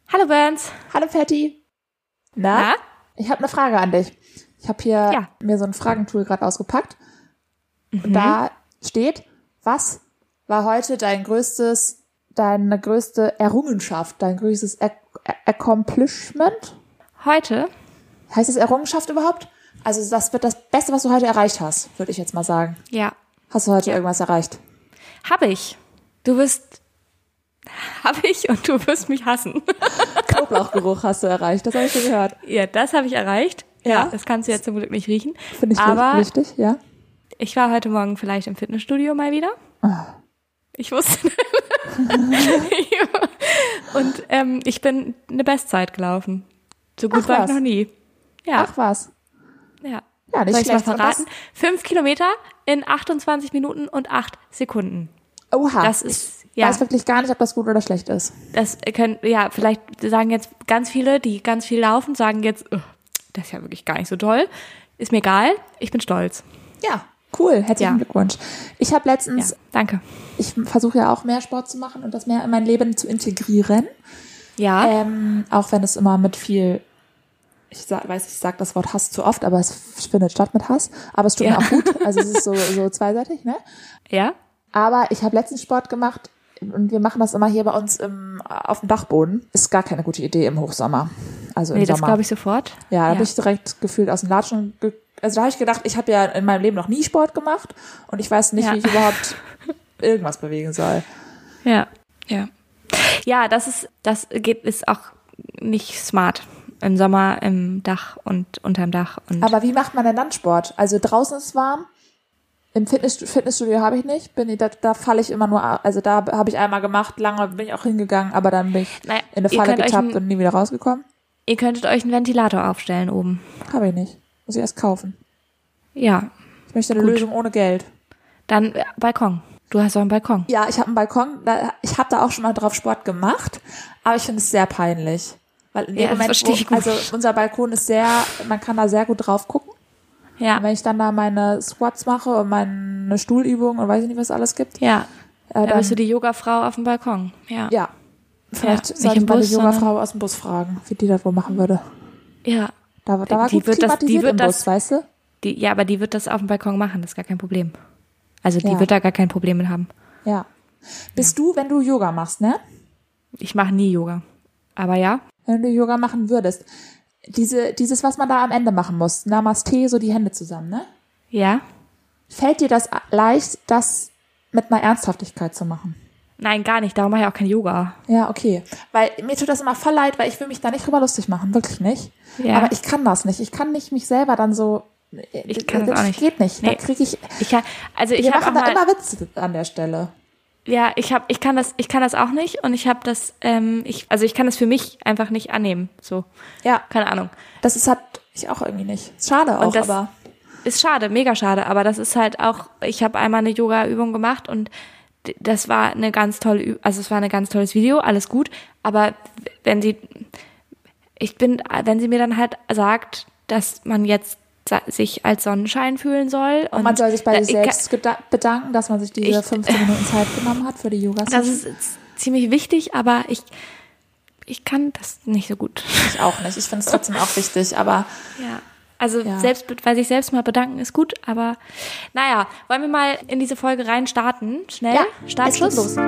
Hallo Burns. Hallo Patty. Na? Ich habe eine Frage an dich. Ich habe hier mir so ein Fragentool gerade ausgepackt. Und da steht, was war heute deine größte Errungenschaft, dein größtes Accomplishment? Heute? Heißt es Errungenschaft überhaupt? Also das wird das Beste, was du heute erreicht hast, würde ich jetzt mal sagen. Ja. Hast du heute irgendwas erreicht? Habe ich. Und du wirst mich hassen. Knoblauchgeruch hast du erreicht, das habe ich schon gehört. Ja, das habe ich erreicht. Ja. Das kannst du jetzt zum Glück nicht riechen. Finde ich aber wichtig, ja. Ich war heute Morgen vielleicht im Fitnessstudio mal wieder. Oh. Ich wusste. Und ich bin eine Bestzeit gelaufen. So gut war ich noch nie. Ja. Ach was. Ja. Ja, nicht Soll ich mal schlecht. verraten? 5 Kilometer in 28 Minuten und 8 Sekunden. Oha. Das ist, ich weiß wirklich gar nicht, ob das gut oder schlecht ist. Das können, vielleicht sagen jetzt ganz viele, die ganz viel laufen, sagen jetzt, das ist ja wirklich gar nicht so toll. Ist mir egal, ich bin stolz. Ja, cool. Herzlichen Glückwunsch. Ich habe letztens... Ja, danke. Ich versuche ja auch mehr Sport zu machen und das mehr in mein Leben zu integrieren. Ja. Auch wenn es immer mit viel... Ich sage das Wort Hass zu oft, aber es findet statt mit Hass. Aber es tut mir auch gut. Also es ist so zweiseitig, ne? Ja. Aber ich habe letztens Sport gemacht und wir machen das immer hier bei uns auf dem Dachboden. Ist gar keine gute Idee im Hochsommer. Also im Sommer. Das glaube ich sofort. Ja, da bin ich direkt gefühlt aus dem Latschen. Also da habe ich gedacht, ich habe ja in meinem Leben noch nie Sport gemacht und ich weiß nicht, wie ich überhaupt irgendwas bewegen soll. Ja. Ja, ist auch nicht smart. Im Sommer, im Dach und unterm Dach. Aber wie macht man denn dann Sport? Also draußen ist es warm. Im Fitnessstudio habe ich nicht. Da falle ich immer nur, also da habe ich einmal gemacht, lange bin ich auch hingegangen, aber dann bin ich in eine Falle getappt und nie wieder rausgekommen. Ihr könntet euch einen Ventilator aufstellen oben. Habe ich nicht. Muss ich erst kaufen. Ja. Ich möchte eine Lösung ohne Geld. Dann Balkon. Du hast auch einen Balkon. Ja, ich habe einen Balkon. Ich habe da auch schon mal drauf Sport gemacht, aber ich finde es sehr peinlich. Weil in dem Moment, also unser Balkon ist man kann da sehr gut drauf gucken. Ja. Und wenn ich dann da meine Squats mache und meine Stuhlübungen und weiß ich nicht, was es alles gibt. Ja. Dann bist du die Yogafrau auf dem Balkon. Ja. Ja. Vielleicht sollte ich mal die Yogafrau aus dem Bus fragen, wie die das wohl machen würde. Ja. Da war gut klimatisiert im Bus, weißt du? Aber die wird das auf dem Balkon machen, das ist gar kein Problem. Also die wird da gar kein Problem mit haben. Ja. Bist du, wenn du Yoga machst, ne? Ich mache nie Yoga. Aber ja. Wenn du Yoga machen würdest. Dieses, was man da am Ende machen muss, Namaste, so die Hände zusammen, ne? Ja. Fällt dir das leicht, das mit einer Ernsthaftigkeit zu machen? Nein, gar nicht. Darum mache ich auch kein Yoga. Ja, okay. Weil mir tut das immer voll leid, weil ich will mich da nicht drüber lustig machen, wirklich nicht. Ja. Aber ich kann das nicht. Ich kann nicht mich selber dann so... Ich kann das auch nicht. Geht nicht. Nee. Da kriege ich... Wir machen da immer Witze an der Stelle. Ja, ich kann das auch nicht und ich habe das, ich kann das für mich einfach nicht annehmen, so. Ja. Keine Ahnung. Das habe ich auch irgendwie nicht. Schade auch, aber. Ist schade, mega schade, aber das ist halt auch, ich habe einmal eine Yoga-Übung gemacht und das war eine ganz tolle, es war ein ganz tolles Video, alles gut, aber wenn sie mir dann halt sagt, dass man jetzt sich als Sonnenschein fühlen soll. Und man soll sich bei sich selbst bedanken, dass man sich diese 15 Minuten Zeit genommen hat für die Yoga-Session. Das ist ziemlich wichtig, aber ich kann das nicht so gut. Ich auch nicht. Ich finde es trotzdem auch wichtig, aber... Ja, also selbst bei sich selbst mal bedanken ist gut, aber naja, wollen wir mal in diese Folge rein starten? Schnell? Ja, Startschuss? es geht los.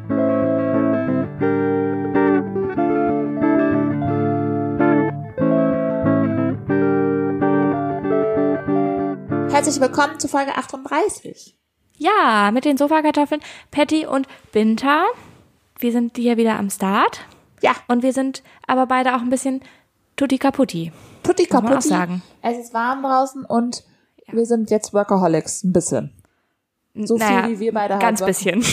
Herzlich willkommen zu Folge 38. Ja, mit den Sofakartoffeln, Patty und Binta. Wir sind hier wieder am Start. Ja. Und wir sind aber beide auch ein bisschen tutti kaputti. Tutti kaputti. Muss man auch sagen. Es ist warm draußen und wir sind jetzt Workaholics, ein bisschen. So viel, wie wir beide haben. Ganz bisschen.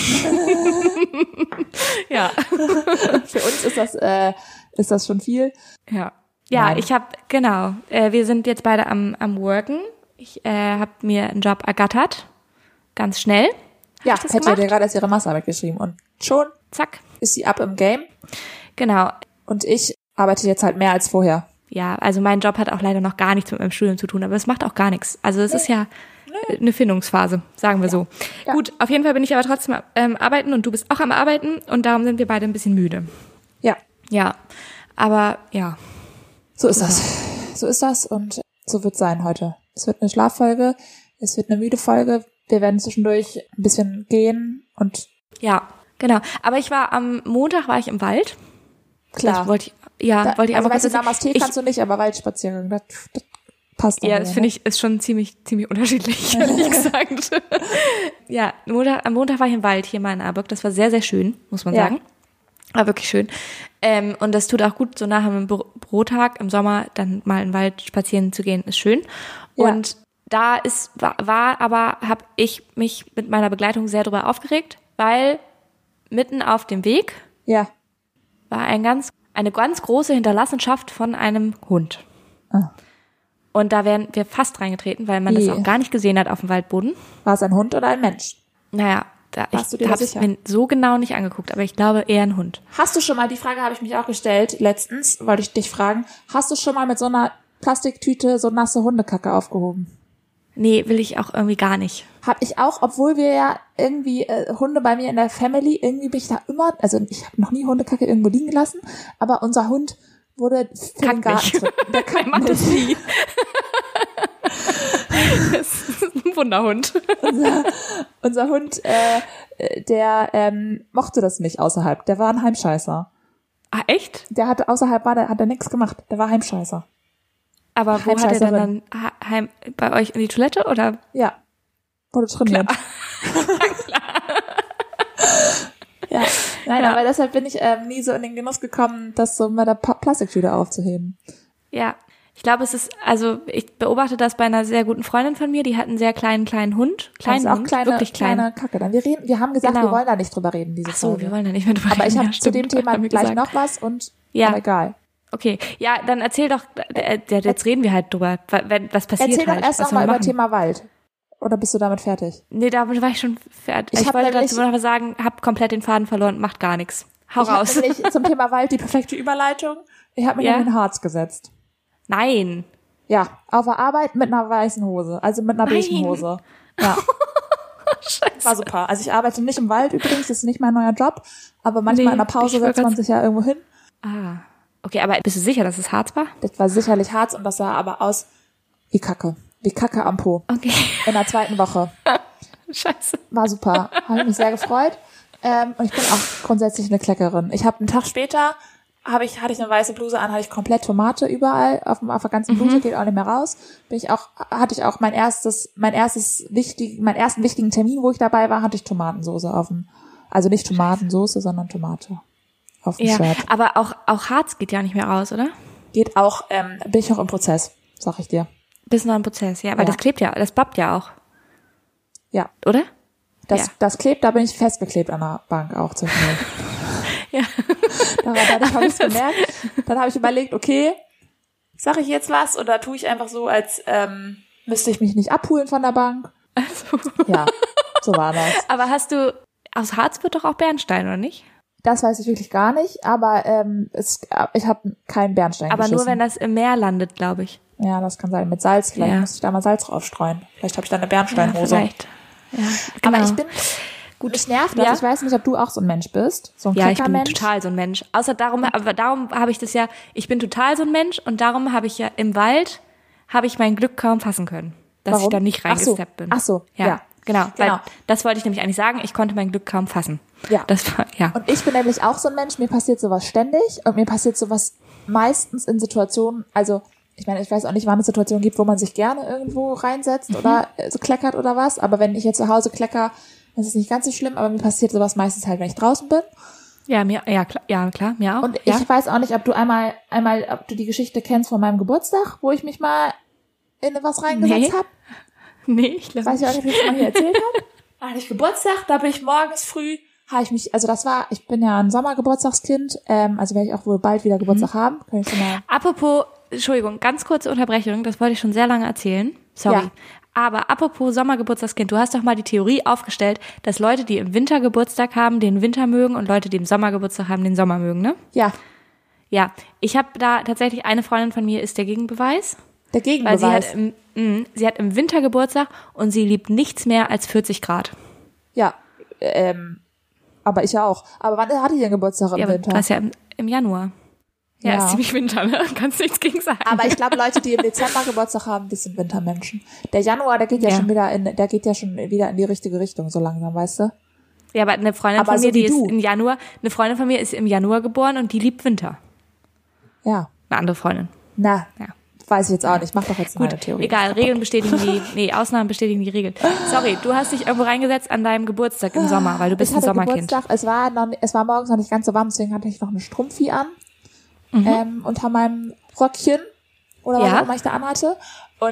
Ja. Für uns ist das schon viel. Ja. Ja, wir sind jetzt beide am Worken. Ich habe mir einen Job ergattert. Ganz schnell. Ja, Patty hat ja gerade erst ihre Masterarbeit geschrieben und schon zack ist sie up im Game. Genau. Und ich arbeite jetzt halt mehr als vorher. Ja, also mein Job hat auch leider noch gar nichts mit meinem Studium zu tun, aber es macht auch gar nichts. Also es ist ja eine Findungsphase, sagen wir so. Ja. Gut, auf jeden Fall bin ich aber trotzdem arbeiten und du bist auch am Arbeiten und darum sind wir beide ein bisschen müde. Ja. Ja, aber ja. So ist das. So ist das und so wird es sein heute. Es wird eine Schlaffolge, es wird eine müde Folge. Wir werden zwischendurch ein bisschen gehen und... Ja, genau. Aber am Montag war ich im Wald. Klar. Das wollte ich einfach kurz sagen. Namaste kannst du nicht, aber Waldspaziergang, das passt dann. Ja, das finde ich, ist schon ziemlich unterschiedlich, ehrlich gesagt. Ja, am Montag war ich im Wald hier mal in Aarburg. Das war sehr, sehr schön, muss man sagen. War wirklich schön. Und das tut auch gut, so nach einem Bürotag im Sommer dann mal in den Wald spazieren zu gehen, ist schön. Ja. Und da habe ich mich mit meiner Begleitung sehr drüber aufgeregt, weil mitten auf dem Weg war eine ganz große Hinterlassenschaft von einem Hund. Ah. Und da wären wir fast reingetreten, weil man das auch gar nicht gesehen hat auf dem Waldboden. War es ein Hund oder ein Mensch? Naja, ich habe es mir so genau nicht angeguckt, aber ich glaube eher ein Hund. Hast du schon mal, die Frage habe ich mich auch gestellt, letztens wollte ich dich fragen, hast du schon mal mit so einer Plastiktüte so nasse Hundekacke aufgehoben? Nee, will ich auch irgendwie gar nicht. Hab ich auch, obwohl wir ja irgendwie Hunde bei mir in der Family, irgendwie bin ich da immer, also ich habe noch nie Hundekacke irgendwo liegen gelassen, aber unser Hund wurde für den Garten. Der macht das nie. Das ist ein Wunderhund. Unser Hund, der mochte das nicht außerhalb. Der war ein Heimscheißer. Ah, echt? Der hat er nichts gemacht. Der war Heimscheißer. Aber wo hat er denn dann bei euch in die Toilette oder? Ja. Wurde trainiert. Klar. Ja. Nein, aber deshalb bin ich nie so in den Genuss gekommen, das so mit der Plastiktüte aufzuheben. Ja. Ich glaube, ich beobachte das bei einer sehr guten Freundin von mir, die hat einen sehr kleinen Hund. Wirklich kleine Kacke. Dann wir haben gesagt, wir wollen da nicht drüber reden, diese Folge. Wir wollen da nicht mehr drüber reden. Aber ich habe zu dem Thema gleich noch was und aber egal. Okay, ja, dann erzähl doch, jetzt reden wir halt drüber, was passiert. Erzähl doch erst nochmal über Thema Wald. Oder bist du damit fertig? Nee, damit war ich schon fertig. Ich wollte dazu noch sagen, hab komplett den Faden verloren, macht gar nichts. Hau raus. Ich habe zum Thema Wald die perfekte Überleitung. Ich habe mich in den Harz gesetzt. Nein. Ja, auf der Arbeit mit einer weißen Hose, also mit einer beigen Hose. Ja. Scheiße. War super. Also ich arbeite nicht im Wald übrigens, das ist nicht mein neuer Job, aber manchmal in der Pause setzt man sich ja irgendwo hin. Ah. Okay, aber bist du sicher, dass es Harz war? Das war sicherlich Harz und das sah aber aus wie Kacke. Wie Kacke am Po. Okay. In der 2. Woche. Scheiße. War super. Habe ich mich sehr gefreut. Und ich bin auch grundsätzlich eine Kleckerin. Ich habe einen Tag später hatte ich eine weiße Bluse an, hatte ich komplett Tomate überall auf der ganzen Bluse, geht auch nicht mehr raus. Hatte ich auch meinen ersten wichtigen Termin, wo ich dabei war, hatte ich Tomatensoße also nicht Tomatensoße, sondern Tomate auf dem Shirt. Aber auch Harz geht ja nicht mehr raus, oder? Geht auch, bin ich noch im Prozess, sag ich dir. Bist noch im Prozess, ja, weil das klebt ja, das bappt ja auch. Ja. Oder? Das klebt, da bin ich festgeklebt an der Bank auch zwischendurch. Ja. Dadurch habe ich es gemerkt. Dann habe ich überlegt, okay, sage ich jetzt was oder tue ich einfach so, als müsste ich mich nicht abholen von der Bank. Also. Ja, so war das. Aber aus Harz wird doch auch Bernstein, oder nicht? Das weiß ich wirklich gar nicht, aber ich habe keinen Bernstein aber geschissen. Nur wenn das im Meer landet, glaube ich. Ja, das kann sein. Mit Salz, vielleicht muss ich da mal Salz draufstreuen. Vielleicht habe ich da eine Bernsteinhose. Ja, vielleicht. Ja, genau. Aber ich bin... Gut, mich nervt das. Ja. Ich weiß nicht, ob du auch so ein Mensch bist. So ein Kleckermensch. Ich bin total so ein Mensch. Darum habe ich das ja, ich bin total so ein Mensch und darum habe ich ja im Wald, mein Glück kaum fassen können, dass ich da nicht reingesteppt bin. Ach so, ja. Genau. Weil das wollte ich nämlich eigentlich sagen, ich konnte mein Glück kaum fassen. Ja. Ja. Und ich bin nämlich auch so ein Mensch, mir passiert sowas ständig und mir passiert sowas meistens in Situationen, also ich meine, ich weiß auch nicht, wann es Situationen gibt, wo man sich gerne irgendwo reinsetzt oder so kleckert oder was, aber wenn ich jetzt zu Hause klecker, das ist nicht ganz so schlimm, aber mir passiert sowas meistens halt, wenn ich draußen bin. Ja, klar, mir auch. Und ich weiß auch nicht, ob du ob du die Geschichte kennst von meinem Geburtstag, wo ich mich mal in was reingesetzt habe. Nee, ich glaube nicht. Weiß ich auch nicht, wie ich es mal hier erzählt habe. Da hatte ich Geburtstag, da bin ich morgens früh, ich bin ja ein Sommergeburtstagskind, also werde ich auch wohl bald wieder Geburtstag haben. Kann ich schon mal. Apropos, Entschuldigung, ganz kurze Unterbrechung, das wollte ich schon sehr lange erzählen. Sorry. Ja. Aber apropos Sommergeburtstagskind, du hast doch mal die Theorie aufgestellt, dass Leute, die im Winter Geburtstag haben, den Winter mögen und Leute, die im Sommer Geburtstag haben, den Sommer mögen, ne? Ja. Ja, ich habe da tatsächlich, eine Freundin von mir ist der Gegenbeweis. Der Gegenbeweis? Weil sie hat im Winter Geburtstag und sie liebt nichts mehr als 40 Grad. Ja, aber ich ja auch. Aber wann hatte ich den Geburtstag im Winter? Das ist ja im Januar. Ja, ist ziemlich Winter, ne? Kannst nichts gegen sagen. Aber ich glaube, Leute, die im Dezember Geburtstag haben, das sind Wintermenschen. Der Januar, der geht ja schon wieder in die richtige Richtung, so langsam, weißt du? Ja, aber eine Freundin von mir, die ist im Januar, eine Freundin von mir ist im Januar geboren und die liebt Winter. Ja. Eine andere Freundin. Ja. Weiß ich jetzt auch nicht. Mach doch jetzt meine Theorie. Egal, Regeln bestätigen Ausnahmen bestätigen die Regeln. Sorry, du hast dich irgendwo reingesetzt an deinem Geburtstag im Sommer, weil du bist ein Sommerkind. Geburtstag, es war morgens noch nicht ganz so warm, deswegen hatte ich noch eine Strumpfi an. Unter meinem Röckchen oder was auch immer ich da anhatte. Und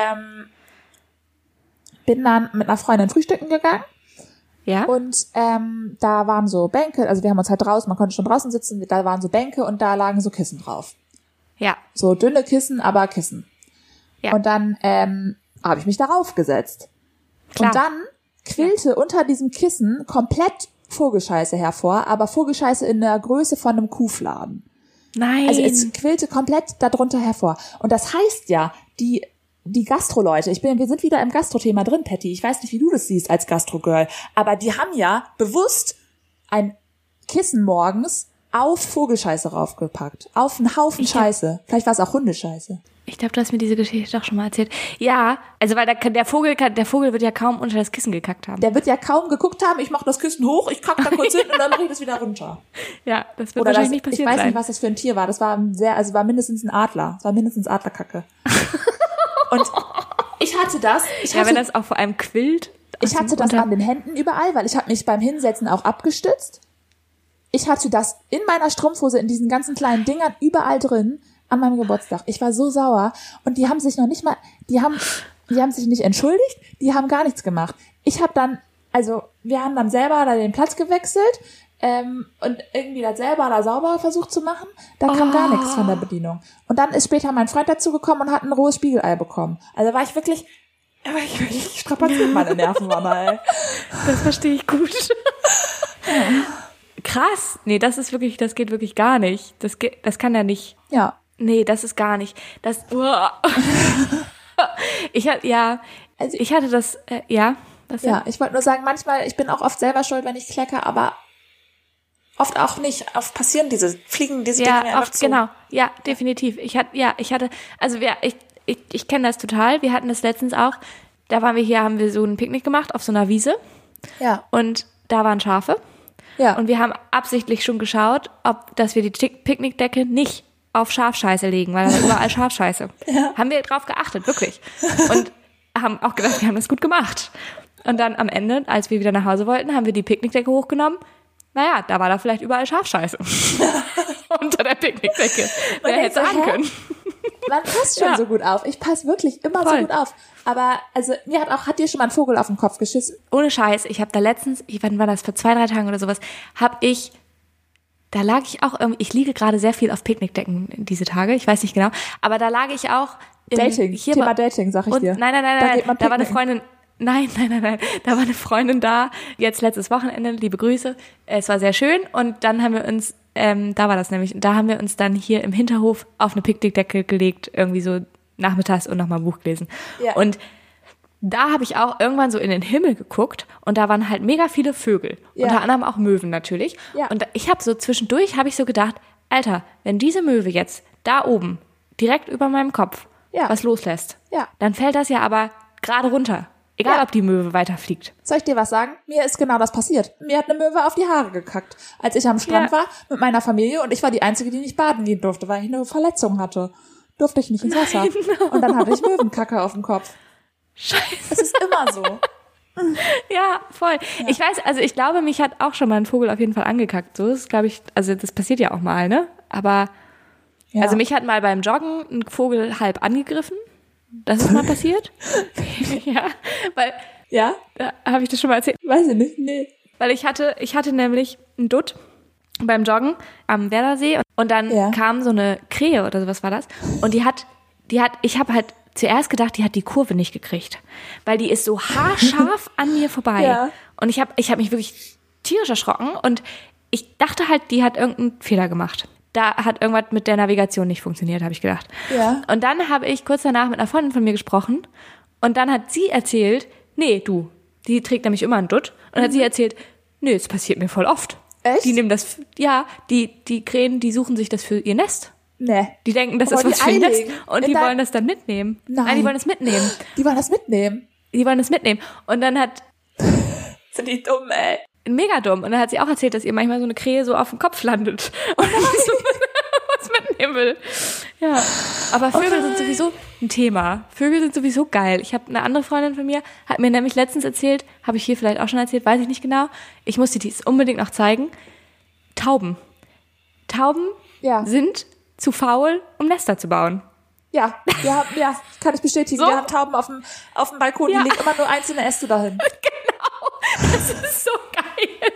bin dann mit einer Freundin frühstücken gegangen. Ja. Und da waren so Bänke, also wir haben uns halt draußen, man konnte schon draußen sitzen, da waren so Bänke und da lagen so Kissen drauf. Ja. So dünne Kissen, aber Kissen. Ja. Und dann habe ich mich darauf gesetzt. Klar. Und dann quillte unter diesem Kissen komplett Vogelscheiße hervor, aber Vogelscheiße in der Größe von einem Kuhfladen. Nein. Also es quillte komplett darunter hervor. Und das heißt ja, die Gastro-Leute, wir sind wieder im Gastro-Thema drin, Patty. Ich weiß nicht, wie du das siehst als Gastro-Girl, aber die haben ja bewusst ein Kissen morgens auf Vogelscheiße raufgepackt. Auf einen Haufen Scheiße. Vielleicht war es auch Hundescheiße. Ich glaube, du hast mir diese Geschichte doch schon mal erzählt. Ja, also weil der Vogel wird ja kaum unter das Kissen gekackt haben. Der wird ja kaum geguckt haben, ich mache das Kissen hoch, ich kack da kurz hin und dann bringe ich das wieder runter. Ja, das wird wahrscheinlich nicht passieren. Ich weiß nicht, was das für ein Tier war. Das war war mindestens ein Adler. Es war mindestens Adlerkacke. Und ich hatte das. Wenn das auch vor allem quillt. Ich hatte das an den Händen überall, weil ich habe mich beim Hinsetzen auch abgestützt. Ich hatte das in meiner Strumpfhose, in diesen ganzen kleinen Dingern überall drin an meinem Geburtstag. Ich war so sauer und die haben sich noch nicht mal, die haben sich nicht entschuldigt, die haben gar nichts gemacht. Wir haben dann selber da den Platz gewechselt und irgendwie das selber da sauber versucht zu machen. Da kam gar nichts von der Bedienung. Und dann ist später mein Freund dazugekommen und hat ein rohes Spiegelei bekommen. Also war ich wirklich strapaziert, meine Nerven waren da, ey. Das verstehe ich gut. Krass. Nee, das geht wirklich gar nicht. Das kann ja nicht. Ja. Nee, das ist gar nicht. Ich hatte das, ich wollte nur sagen, manchmal, ich bin auch oft selber schuld, wenn ich klecke, aber oft auch nicht. Oft passieren fliegen diese Dinge einfach zu. Genau. Ja, definitiv. Ich kenne das total. Wir hatten das letztens auch. Da haben wir so ein Picknick gemacht auf so einer Wiese. Ja. Und da waren Schafe. Ja. Und wir haben absichtlich schon geschaut, dass wir die Picknickdecke nicht auf Schafscheiße legen, weil da war überall Schafscheiße. Ja. Haben wir drauf geachtet, wirklich. Und haben auch gedacht, wir haben das gut gemacht. Und dann am Ende, als wir wieder nach Hause wollten, haben wir die Picknickdecke hochgenommen. Naja, da war da vielleicht überall Schafscheiße. Unter der Picknickdecke. Wer hätte sagen können. Man passt schon so gut auf. Ich passe wirklich immer so gut auf. Aber, also, hat dir schon mal ein Vogel auf den Kopf geschissen? Ohne Scheiß. Ich habe da letztens, wann war das, vor 2-3 Tagen oder sowas, da lag ich auch irgendwie, ich liege gerade sehr viel auf Picknickdecken diese Tage, ich weiß nicht genau, aber da lag ich auch Thema Dating, sag ich dir. Nein, da war eine Freundin, da war eine Freundin da, jetzt letztes Wochenende, liebe Grüße, es war sehr schön und dann haben wir uns, da haben wir uns dann hier im Hinterhof auf eine Picknickdecke gelegt, irgendwie so nachmittags und nochmal ein Buch gelesen. Ja. Und da habe ich auch irgendwann so in den Himmel geguckt und da waren halt mega viele Vögel. Ja. Unter anderem auch Möwen natürlich. Ja. Und ich habe so zwischendurch so gedacht, Alter, wenn diese Möwe jetzt da oben direkt über meinem Kopf was loslässt, dann fällt das ja aber gerade runter. Egal, ob die Möwe weiterfliegt. Soll ich dir was sagen? Mir ist genau das passiert. Mir hat eine Möwe auf die Haare gekackt. Als ich am Strand war mit meiner Familie und ich war die Einzige, die nicht baden gehen durfte, weil ich eine Verletzung hatte. Durfte ich nicht ins Wasser. Nein, und dann hatte ich Möwenkacke auf dem Kopf. Scheiße. Es ist immer so. Ja, voll. Ja. Ich weiß, also ich glaube, mich hat auch schon mal ein Vogel auf jeden Fall angekackt. So ist, glaube ich, also das passiert ja auch mal, ne? Aber, also mich hat mal beim Joggen ein Vogel halb angegriffen. Das ist mal passiert. Ja, weil, habe ich das schon mal erzählt? Weiß ich nicht, nee. Weil ich hatte nämlich einen Dutt beim Joggen am Werdersee und dann kam so eine Krähe oder sowas war das und ich habe halt zuerst gedacht, die hat die Kurve nicht gekriegt, weil die ist so haarscharf an mir vorbei. Ja. Und ich hab mich wirklich tierisch erschrocken und ich dachte halt, die hat irgendeinen Fehler gemacht. Da hat irgendwas mit der Navigation nicht funktioniert, habe ich gedacht. Ja. Und dann habe ich kurz danach mit einer Freundin von mir gesprochen und dann hat sie erzählt, nee, die trägt nämlich immer einen Dutt und hat sie erzählt, nee, das passiert mir voll oft. Echt? Die nehmen das, die Krähen, die suchen sich das für ihr Nest. Nee. Die denken, das ist was für Nest und die wollen das dann mitnehmen. Nein, die wollen das mitnehmen. Die wollen das mitnehmen. Und dann sind die dumm, ey. Mega dumm. Und dann hat sie auch erzählt, dass ihr manchmal so eine Krähe so auf dem Kopf landet. Und dann so was mitnehmen will. Ja. Aber Vögel sind sowieso ein Thema. Vögel sind sowieso geil. Ich habe eine andere Freundin von mir, hat mir nämlich letztens erzählt, habe ich hier vielleicht auch schon erzählt, weiß ich nicht genau. Ich muss dir dies unbedingt noch zeigen. Tauben. Tauben sind zu faul, um Nester zu bauen. Ja, kann ich bestätigen. So? Wir haben Tauben auf dem Balkon, die legen immer nur einzelne Äste dahin. Genau, das ist so geil.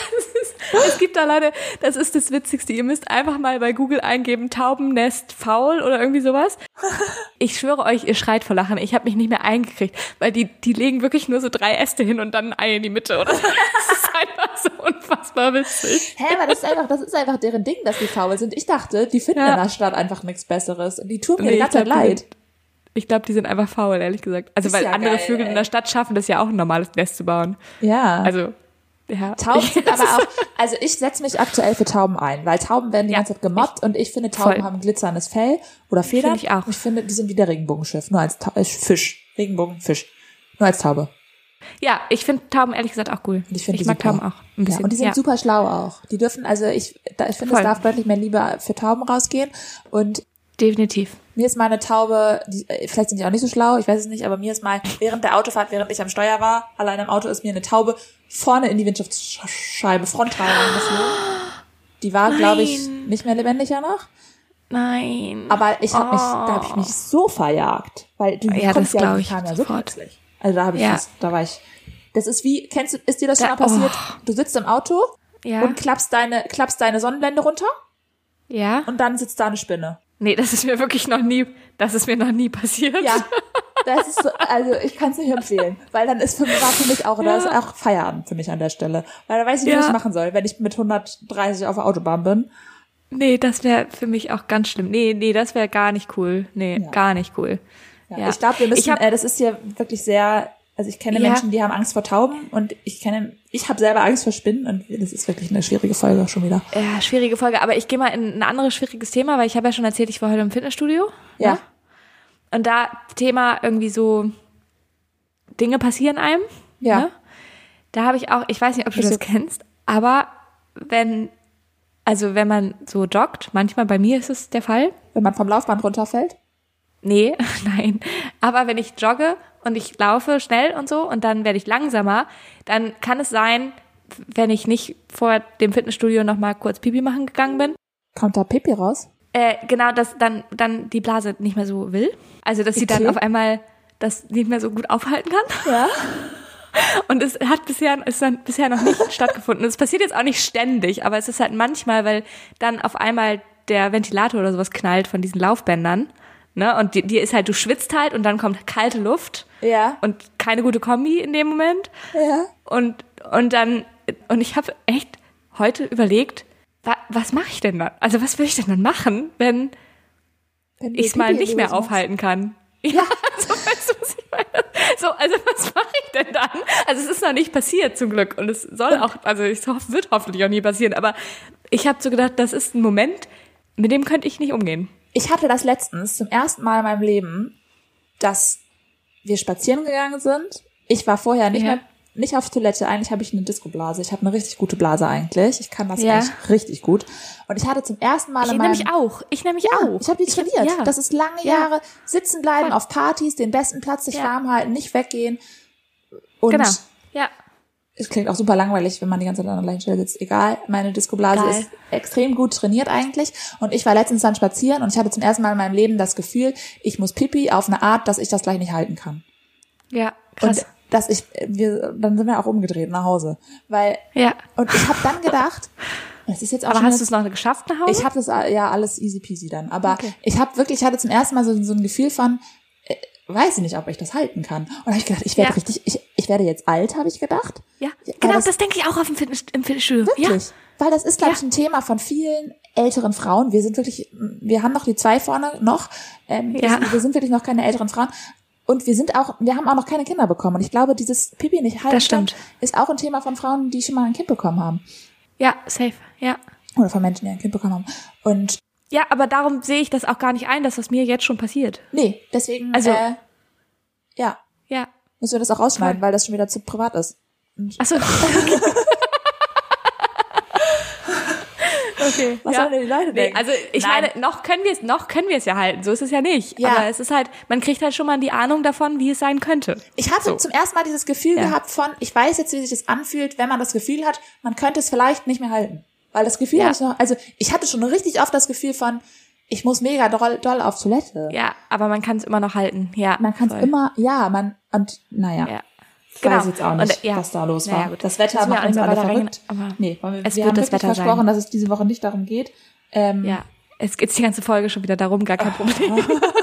Es gibt da Leute, das ist das Witzigste. Ihr müsst einfach mal bei Google eingeben, Taubennest faul oder irgendwie sowas. Ich schwöre euch, ihr schreit vor Lachen. Ich habe mich nicht mehr eingekriegt, weil die legen wirklich nur so 3 Äste hin und dann ein Ei in die Mitte, oder? Das ist einfach so unfassbar witzig. Aber das ist einfach deren Ding, dass die faul sind. Ich dachte, die finden in der Stadt einfach nichts Besseres. Und die tun mir die ganze Zeit leid. Ich glaube, die sind einfach faul, ehrlich gesagt. Also, weil andere geil, Vögel in der Stadt schaffen das ja auch, ein normales Nest zu bauen. Ja. Also, ja. Tauben sind aber auch, also ich setze mich aktuell für Tauben ein, weil Tauben werden die ganze Zeit gemobbt und ich finde, Tauben haben glitzerndes Fell oder Federn. Finde ich auch. Ich finde, die sind wie der Regenbogenschiff, nur als Fisch. Regenbogenfisch. Nur als Taube. Ja, ich finde Tauben ehrlich gesagt auch cool. Ich mag Tauben auch ein bisschen. Ja, und die sind super schlau auch. Die dürfen, also ich finde, es darf deutlich mehr Liebe für Tauben rausgehen und definitiv. Mir ist mal eine Taube, vielleicht sind die auch nicht so schlau, ich weiß es nicht, aber mir ist mal während der Autofahrt, während ich am Steuer war, allein im Auto ist mir eine Taube vorne in die Windschutzscheibe frontal reingeflogen. Die war, glaube ich, nicht mehr lebendig danach. Nein. Aber da habe ich mich so verjagt, weil die kam ja so plötzlich. Also da war ich. Das ist wie, ist dir das schon mal passiert? Du sitzt im Auto und klappst deine Sonnenblende runter. Ja. Und dann sitzt da eine Spinne. Nee, das ist mir noch nie passiert. Ja, das ist so, also ich kann es nicht empfehlen, weil dann war für mich auch, da ist auch Feierabend für mich an der Stelle. Weil da weiß ich nicht, was ich machen soll, wenn ich mit 130 auf der Autobahn bin. Nee, das wäre für mich auch ganz schlimm. Nee, das wäre gar nicht cool. Nee, gar nicht cool. Ja. Ich glaube, wir müssen, das ist hier wirklich sehr, also ich kenne Menschen, die haben Angst vor Tauben und ich habe selber Angst vor Spinnen und das ist wirklich eine schwierige Folge schon wieder. Ja, schwierige Folge, aber ich gehe mal in ein anderes schwieriges Thema, weil ich habe ja schon erzählt, ich war heute im Fitnessstudio. Ja. Ne? Und da Thema irgendwie so Dinge passieren einem. Ja. Ne? Da habe ich auch, ich weiß nicht, ob du das kennst, aber wenn man so joggt, manchmal bei mir ist es der Fall. Wenn man vom Laufband runterfällt? Nee, nein. Aber wenn ich jogge und ich laufe schnell und so und dann werde ich langsamer, dann kann es sein, wenn ich nicht vor dem Fitnessstudio noch mal kurz Pipi machen gegangen bin. Kommt da Pipi raus? Genau, dass dann die Blase nicht mehr so will. Also, dass sie dann auf einmal das nicht mehr so gut aufhalten kann. Ja. Und ist dann bisher noch nicht stattgefunden. Es passiert jetzt auch nicht ständig, aber es ist halt manchmal, weil dann auf einmal der Ventilator oder sowas knallt von diesen Laufbändern. Ne? Und die ist halt, du schwitzt halt und dann kommt kalte Luft. Ja. Und keine gute Kombi in dem Moment. Ja. Und ich habe echt heute überlegt, was mache ich denn dann? Also was will ich denn dann machen, wenn ich es mal nicht mehr aufhalten kann? Ja. So, weißt du, was ich meine? So, also was mache ich denn dann? Also es ist noch nicht passiert zum Glück und es soll auch, also es wird hoffentlich auch nie passieren, aber ich habe so gedacht, das ist ein Moment, mit dem könnte ich nicht umgehen. Ich hatte das letztens zum ersten Mal in meinem Leben, dass wir spazieren gegangen sind. Ich war vorher nicht auf Toilette. Eigentlich habe ich eine Discoblase. Ich habe eine richtig gute Blase eigentlich. Ich kann das eigentlich richtig gut. Und ich hatte zum ersten Mal Ich nämlich auch. Ich habe die trainiert. Das ist lange Jahre sitzen bleiben auf Partys, den besten Platz sich warm halten, nicht weggehen. Und genau. Ja. Es klingt auch super langweilig, wenn man die ganze Zeit an der gleichen Stelle sitzt. Egal, meine Discoblase ist extrem gut trainiert eigentlich. Und ich war letztens dann spazieren und ich hatte zum ersten Mal in meinem Leben das Gefühl, ich muss Pipi auf eine Art, dass ich das gleich nicht halten kann. Ja, krass. Und dann sind wir auch umgedreht nach Hause. Und ich habe dann gedacht, das ist jetzt auch aber hast du es noch geschafft nach Hause? Ich habe das alles easy peasy dann. Aber ich hatte zum ersten Mal so ein Gefühl von, weiß ich nicht, ob ich das halten kann. Und habe ich gedacht, ich werde jetzt alt, habe ich gedacht. Ja, genau, das denke ich auch im Fitnessstudio. Wirklich? Ja. Weil das ist, glaube ich, ein Thema von vielen älteren Frauen. Wir haben noch die 2 vorne noch. Wir sind wirklich noch keine älteren Frauen. Und wir haben auch noch keine Kinder bekommen. Und ich glaube, dieses Pipi nicht halten ist auch ein Thema von Frauen, die schon mal ein Kind bekommen haben. Ja, safe, ja. Oder von Menschen, die ein Kind bekommen haben. Und Ja, aber darum sehe ich das auch gar nicht ein, dass das mir jetzt schon passiert. Nee, deswegen, also, ja. Ja. Müssen wir das auch rausschneiden, weil das schon wieder zu privat ist. Ach so. Okay. Was sollen denn die Leute denken? Also ich meine, noch können wir es ja halten. So ist es ja nicht. Ja. Aber es ist halt, man kriegt halt schon mal die Ahnung davon, wie es sein könnte. Ich hatte zum ersten Mal dieses Gefühl gehabt von, ich weiß jetzt, wie sich das anfühlt, wenn man das Gefühl hat, man könnte es vielleicht nicht mehr halten. Weil das Gefühl hatte ich noch, also ich hatte schon richtig oft das Gefühl von, ich muss mega doll auf Toilette. Ja, aber man kann es immer noch halten. Ja. Man kann es immer, naja. Ja. Ich weiß jetzt auch nicht, was da los war. Gut. Das Wetter macht uns alle verrückt. Nee, wir haben wirklich versprochen, dass es diese Woche nicht darum geht. Ja, es geht die ganze Folge schon wieder darum, gar kein Problem.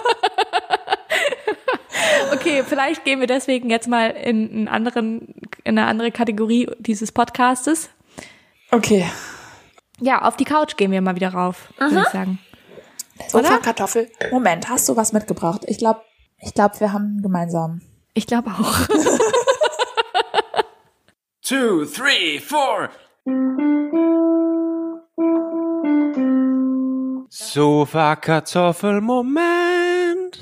Okay, vielleicht gehen wir deswegen jetzt mal in eine andere Kategorie dieses Podcastes. Okay. Ja, auf die Couch gehen wir mal wieder rauf, würde ich sagen. Sofa-Kartoffel. Moment, hast du was mitgebracht? Ich glaube, wir haben gemeinsam. Ich glaube auch. 2, 3, 4. Sofa-Kartoffel-Moment.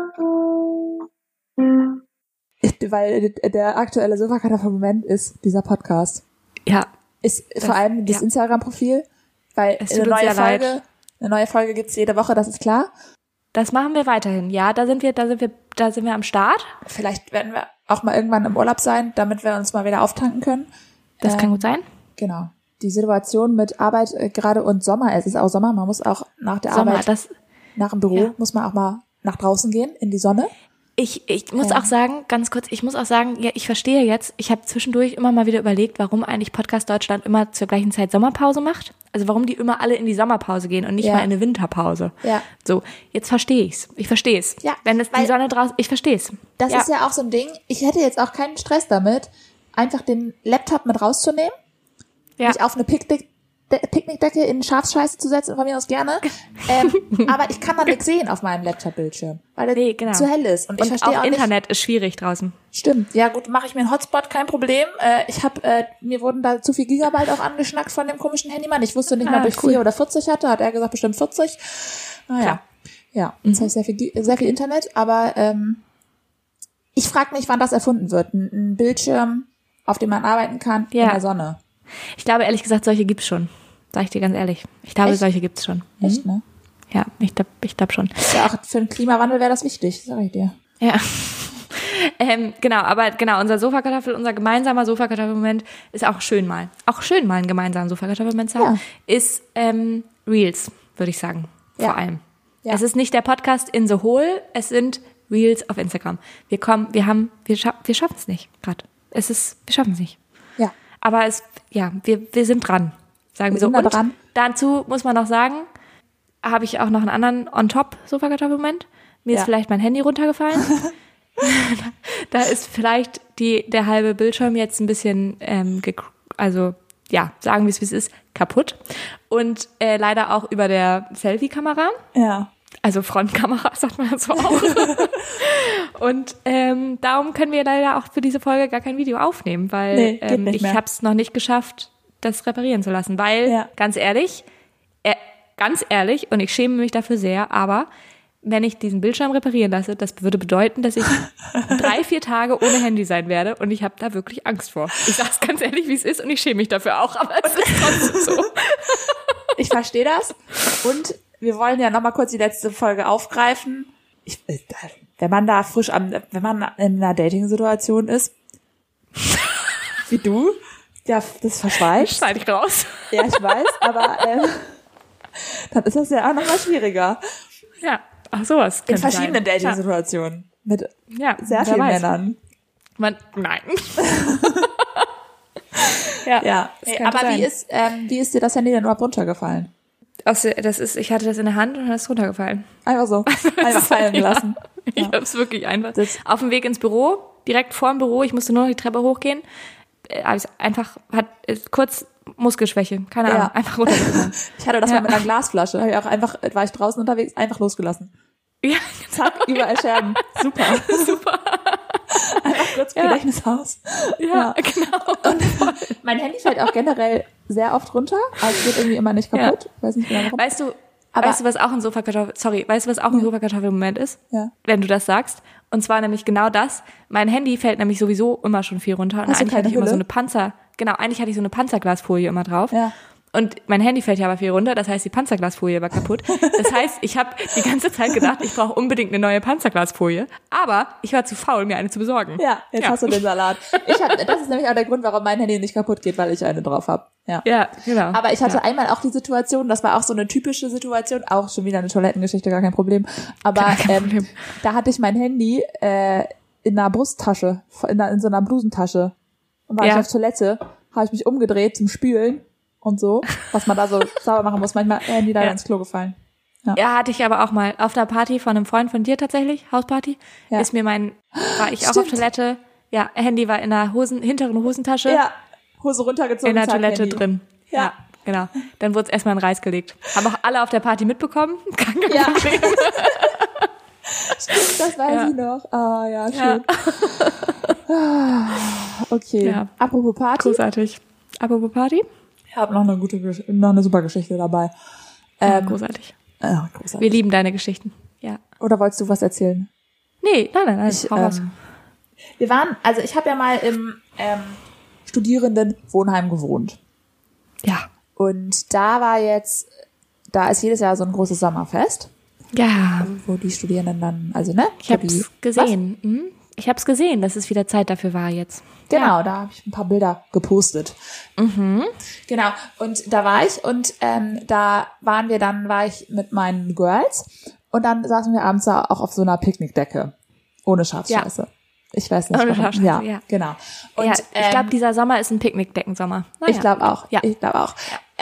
Weil der aktuelle Sofa-Kartoffel-Moment ist dieser Podcast. Ja. Ist vor allem das Instagram-Profil, weil eine neue Folge gibt's jede Woche, das ist klar. Das machen wir weiterhin. Ja, da sind wir am Start. Vielleicht werden wir auch mal irgendwann im Urlaub sein, damit wir uns mal wieder auftanken können. Das kann gut sein. Genau. Die Situation mit Arbeit gerade und Sommer, es ist auch Sommer, man muss auch nach der Arbeit, nach dem Büro, muss man auch mal nach draußen gehen, in die Sonne. Ich muss auch sagen, ganz kurz, ja, ich verstehe jetzt, ich habe zwischendurch immer mal wieder überlegt, warum eigentlich Podcast Deutschland immer zur gleichen Zeit Sommerpause macht. Also warum die immer alle in die Sommerpause gehen und nicht mal in eine Winterpause. Ja. So, jetzt verstehe ich's. Ich verstehe es. Ja. Wenn es die Sonne draußen, ich verstehe es. Das ist ja auch so ein Ding, ich hätte jetzt auch keinen Stress damit, einfach den Laptop mit rauszunehmen, mich auf eine Picknickdecke in Schafsscheiße zu setzen, von mir aus gerne. Aber ich kann da nichts sehen auf meinem Laptop-Bildschirm, weil der zu hell ist. Und ich verstehe auch nicht. Internet ist schwierig draußen. Stimmt. Ja gut, mache ich mir einen Hotspot, kein Problem. Mir wurden da zu viel Gigabyte auch angeschnackt von dem komischen Handymann. Ich wusste nicht mehr, ob ich 4 oder 40 hatte. Hat er gesagt, bestimmt 40. Naja. Ja, das heißt sehr viel Internet. Aber ich frage mich, wann das erfunden wird. Ein Bildschirm, auf dem man arbeiten kann, in der Sonne. Ich glaube, ehrlich gesagt, solche gibt's schon. Sag ich dir ganz ehrlich. Ich glaube, solche gibt's schon. Echt, ne? Ja, ich glaube schon. Ja, auch für den Klimawandel wäre das wichtig, sag ich dir. Ja. Unser gemeinsamer Sofakartoffelmoment ist auch schön mal. Auch schön mal einen gemeinsamen Sofakartoffelmoment zu haben, ist Reels, würde ich sagen. Vor allem. Ja. Es ist nicht der Podcast in the whole, es sind Reels auf Instagram. Wir schaffen es nicht gerade. Wir schaffen es nicht. Ja. Aber wir sind dran, sagen wir so. Und dran. Dazu muss man noch sagen, habe ich auch noch einen anderen On-Top-Sofakartoffelmoment. Mir ist vielleicht mein Handy runtergefallen. Da ist vielleicht der halbe Bildschirm jetzt ein bisschen, sagen wir es, wie es ist, kaputt. Und leider auch über der Selfie-Kamera. Ja. Also Frontkamera, sagt man so auch. Und darum können wir leider auch für diese Folge gar kein Video aufnehmen, weil ich habe es noch nicht geschafft, das reparieren zu lassen. Weil, ganz ehrlich, und ich schäme mich dafür sehr, aber wenn ich diesen Bildschirm reparieren lasse, das würde bedeuten, dass ich 3-4 Tage ohne Handy sein werde und ich habe da wirklich Angst vor. Ich sag's ganz ehrlich, wie es ist und ich schäme mich dafür auch, aber es ist trotzdem so. Ich verstehe das und wir wollen ja nochmal kurz die letzte Folge aufgreifen. Wenn man in einer Dating-Situation ist, wie du, ja, das verschweigt. Schneide ich raus. Ja, ich weiß, aber dann ist das ja auch nochmal schwieriger. Ja, ach sowas. In verschiedenen Dating-Situationen. Mit sehr vielen Männern. Nein. Ja. Aber wie ist dir das Handy denn überhaupt runtergefallen? Ich hatte das in der Hand und dann ist es runtergefallen. Einfach so. Einfach fallen gelassen. Ich habe es wirklich einfach. Auf dem Weg ins Büro, direkt vor dem Büro, ich musste nur noch die Treppe hochgehen, kurz Muskelschwäche, keine Ahnung, einfach runtergefallen. Ich hatte das mal mit einer Glasflasche, war ich draußen unterwegs, einfach losgelassen. Ja, zack, überall Scherben. Super. Einfach kurz Gedächtnishaus. Ja, genau. Und mein Handy fällt auch generell sehr oft runter, aber es wird irgendwie immer nicht kaputt. Ja. Weiß nicht genau warum. Weißt du, weißt du, was auch ein Sofakartoffel-Moment ist? Ja. Wenn du das sagst. Und zwar nämlich genau das. Mein Handy fällt nämlich sowieso immer schon viel runter. Und eigentlich hatte ich immer so eine Panzerglasfolie immer drauf. Ja. Und mein Handy fällt ja aber viel runter, das heißt, die Panzerglasfolie war kaputt. Das heißt, ich habe die ganze Zeit gedacht, ich brauche unbedingt eine neue Panzerglasfolie. Aber ich war zu faul, mir eine zu besorgen. Ja, jetzt hast du den Salat. Das ist nämlich auch der Grund, warum mein Handy nicht kaputt geht, weil ich eine drauf habe. Ja, genau. Aber ich hatte einmal auch die Situation, das war auch so eine typische Situation, auch schon wieder eine Toilettengeschichte, gar kein Problem. Aber da hatte ich mein Handy in einer Brusttasche, in so einer Blusentasche. Und war ich auf Toilette, habe ich mich umgedreht zum Spülen. Und so, was man da so sauber machen muss. Manchmal Handy leider ins Klo gefallen. Ja, hatte ich aber auch mal auf einer Party von einem Freund von dir tatsächlich, Hausparty, war ich auch auf Toilette. Ja, Handy war in der hinteren Hosentasche. Ja, Hose runtergezogen. In der Toilette Handy drin. Ja, genau. Dann wurde es erstmal in Reis gelegt. Haben auch alle auf der Party mitbekommen. Kein Problem. Stimmt, das weiß ich noch. Ah, ja, schön. Ja. Okay. Ja. Apropos Party. Großartig. Apropos Party. Ich habe noch eine super Geschichte dabei. Großartig. Großartig. Wir lieben deine Geschichten. Ja. Oder wolltest du was erzählen? Nee, nein. Ich habe ja mal im Studierendenwohnheim gewohnt. Ja. Und da ist jedes Jahr so ein großes Sommerfest. Ja. Wo die Studierenden dann, Ich hab's gesehen. Was? Ich hab's gesehen, dass es wieder Zeit dafür war jetzt. Genau, da habe ich ein paar Bilder gepostet. Mhm. Genau, und da war ich und war ich mit meinen Girls und dann saßen wir abends da auch auf so einer Picknickdecke. Ohne Schafsscheiße. Ja. Ich weiß nicht. Ohne Schafsscheiße, ja. Genau. Und, ich glaube, dieser Sommer ist ein Picknickdeckensommer. Ich glaube auch. Ja. Ich glaube auch.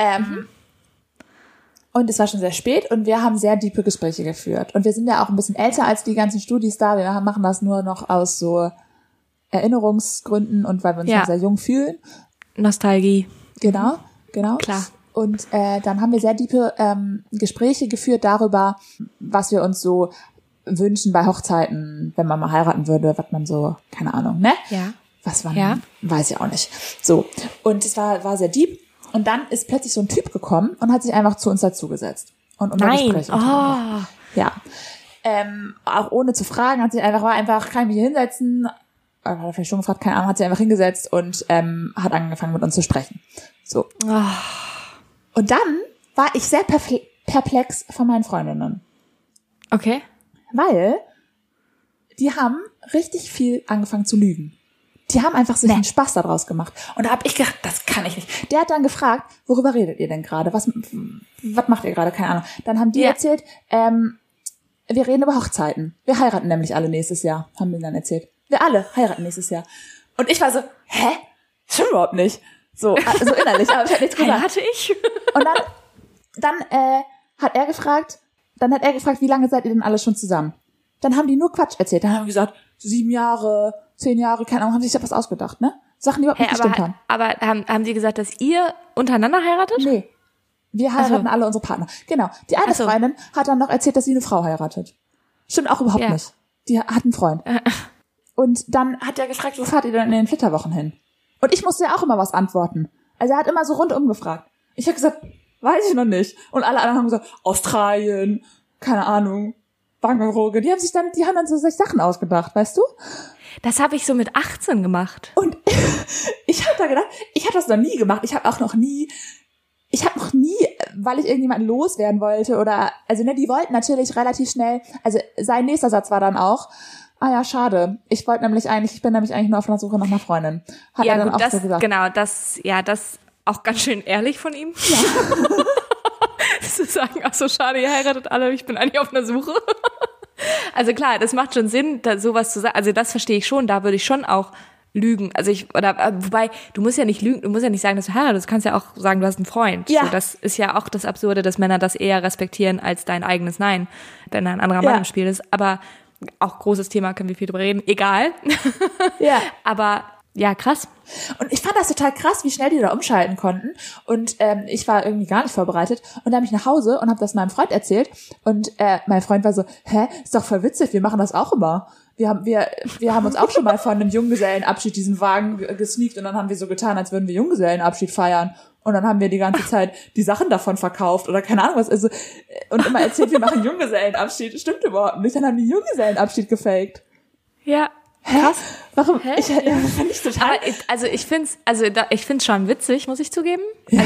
Und es war schon sehr spät und wir haben sehr tiefe Gespräche geführt. Und wir sind ja auch ein bisschen älter als die ganzen Studis da. Wir machen das nur noch aus so Erinnerungsgründen und weil wir uns noch sehr jung fühlen. Nostalgie. Genau. Klar. Und dann haben wir sehr tiefe Gespräche geführt darüber, was wir uns so wünschen bei Hochzeiten, wenn man mal heiraten würde, was man so, keine Ahnung, ne? Ja. Was man, weiß ich auch nicht. So. Und es war sehr deep. Und dann ist plötzlich so ein Typ gekommen und hat sich einfach zu uns dazugesetzt. Und unser Gespräch unterbrochen. Ja. Auch ohne zu fragen, kann ich mich hier hinsetzen? Hat er vielleicht schon gefragt, keine Ahnung, hat sich einfach hingesetzt und hat angefangen mit uns zu sprechen. So. Oh. Und dann war ich sehr perplex von meinen Freundinnen. Okay. Weil die haben richtig viel angefangen zu lügen. Die haben einfach sich einen Spaß daraus gemacht. Und da habe ich gedacht, das kann ich nicht. Der hat dann gefragt, worüber redet ihr denn gerade? Was macht ihr gerade? Keine Ahnung. Dann haben die erzählt, wir reden über Hochzeiten. Wir heiraten nämlich alle nächstes Jahr, haben die dann erzählt. Wir alle heiraten nächstes Jahr. Und ich war so, hä? Stimmt überhaupt nicht. So innerlich, aber ich habe nichts gesagt. Hatte ich. Und dann hat er gefragt, wie lange seid ihr denn alle schon zusammen? Dann haben die nur Quatsch erzählt. Dann haben die gesagt, 7 Jahre, 10 Jahre, keine Ahnung, haben sich da was ausgedacht, ne? Sachen, die überhaupt nicht gestimmt haben. Aber haben die gesagt, dass ihr untereinander heiratet? Nee. Wir heiraten alle unsere Partner. Genau. Die eine Freundin hat dann noch erzählt, dass sie eine Frau heiratet. Stimmt auch überhaupt nicht. Die hat einen Freund. Und dann hat er gefragt, wo fahrt ihr denn in den Flitterwochen hin? Und ich musste ja auch immer was antworten. Also er hat immer so rundum gefragt. Ich habe gesagt, weiß ich noch nicht. Und alle anderen haben gesagt, Australien, keine Ahnung, Wangerooge. Die haben dann so sich Sachen ausgedacht, weißt du? Das habe ich so mit 18 gemacht. Und ich habe da gedacht, ich habe das noch nie gemacht. Ich habe noch nie, weil ich irgendjemanden loswerden wollte die wollten natürlich relativ schnell, also sein nächster Satz war dann auch, schade. Ich bin nämlich eigentlich nur auf der Suche nach einer Freundin. Hat er dann auch so gesagt. Genau, das auch ganz schön ehrlich von ihm. Ja. Zu sagen, ach so, schade, ihr heiratet alle, ich bin eigentlich auf einer Suche. Also klar, das macht schon Sinn, da sowas zu sagen. Also das verstehe ich schon, da würde ich schon auch lügen. Wobei, du musst ja nicht lügen, du musst ja nicht sagen, dass du heiratest, du kannst ja auch sagen, du hast einen Freund. Ja. So, das ist ja auch das Absurde, dass Männer das eher respektieren als dein eigenes Nein, wenn ein anderer Mann im Spiel ist. Aber auch großes Thema, können wir viel drüber reden. Egal. Ja. Aber ja, krass. Und ich fand das total krass, wie schnell die da umschalten konnten. Und ich war irgendwie gar nicht vorbereitet. Und dann bin ich nach Hause und habe das meinem Freund erzählt. Und mein Freund war so, ist doch voll witzig, wir machen das auch immer. Wir haben uns auch schon mal von einem Junggesellenabschied diesen Wagen gesneakt und dann haben wir so getan, als würden wir Junggesellenabschied feiern. Und dann haben wir die ganze Zeit die Sachen davon verkauft oder keine Ahnung was. Also, und immer erzählt, wir machen Junggesellenabschied. Stimmt überhaupt nicht. Dann haben die Junggesellenabschied gefaked. Ja. Krass. Warum? Fand ich total. Aber ich find's schon witzig, muss ich zugeben. Ja.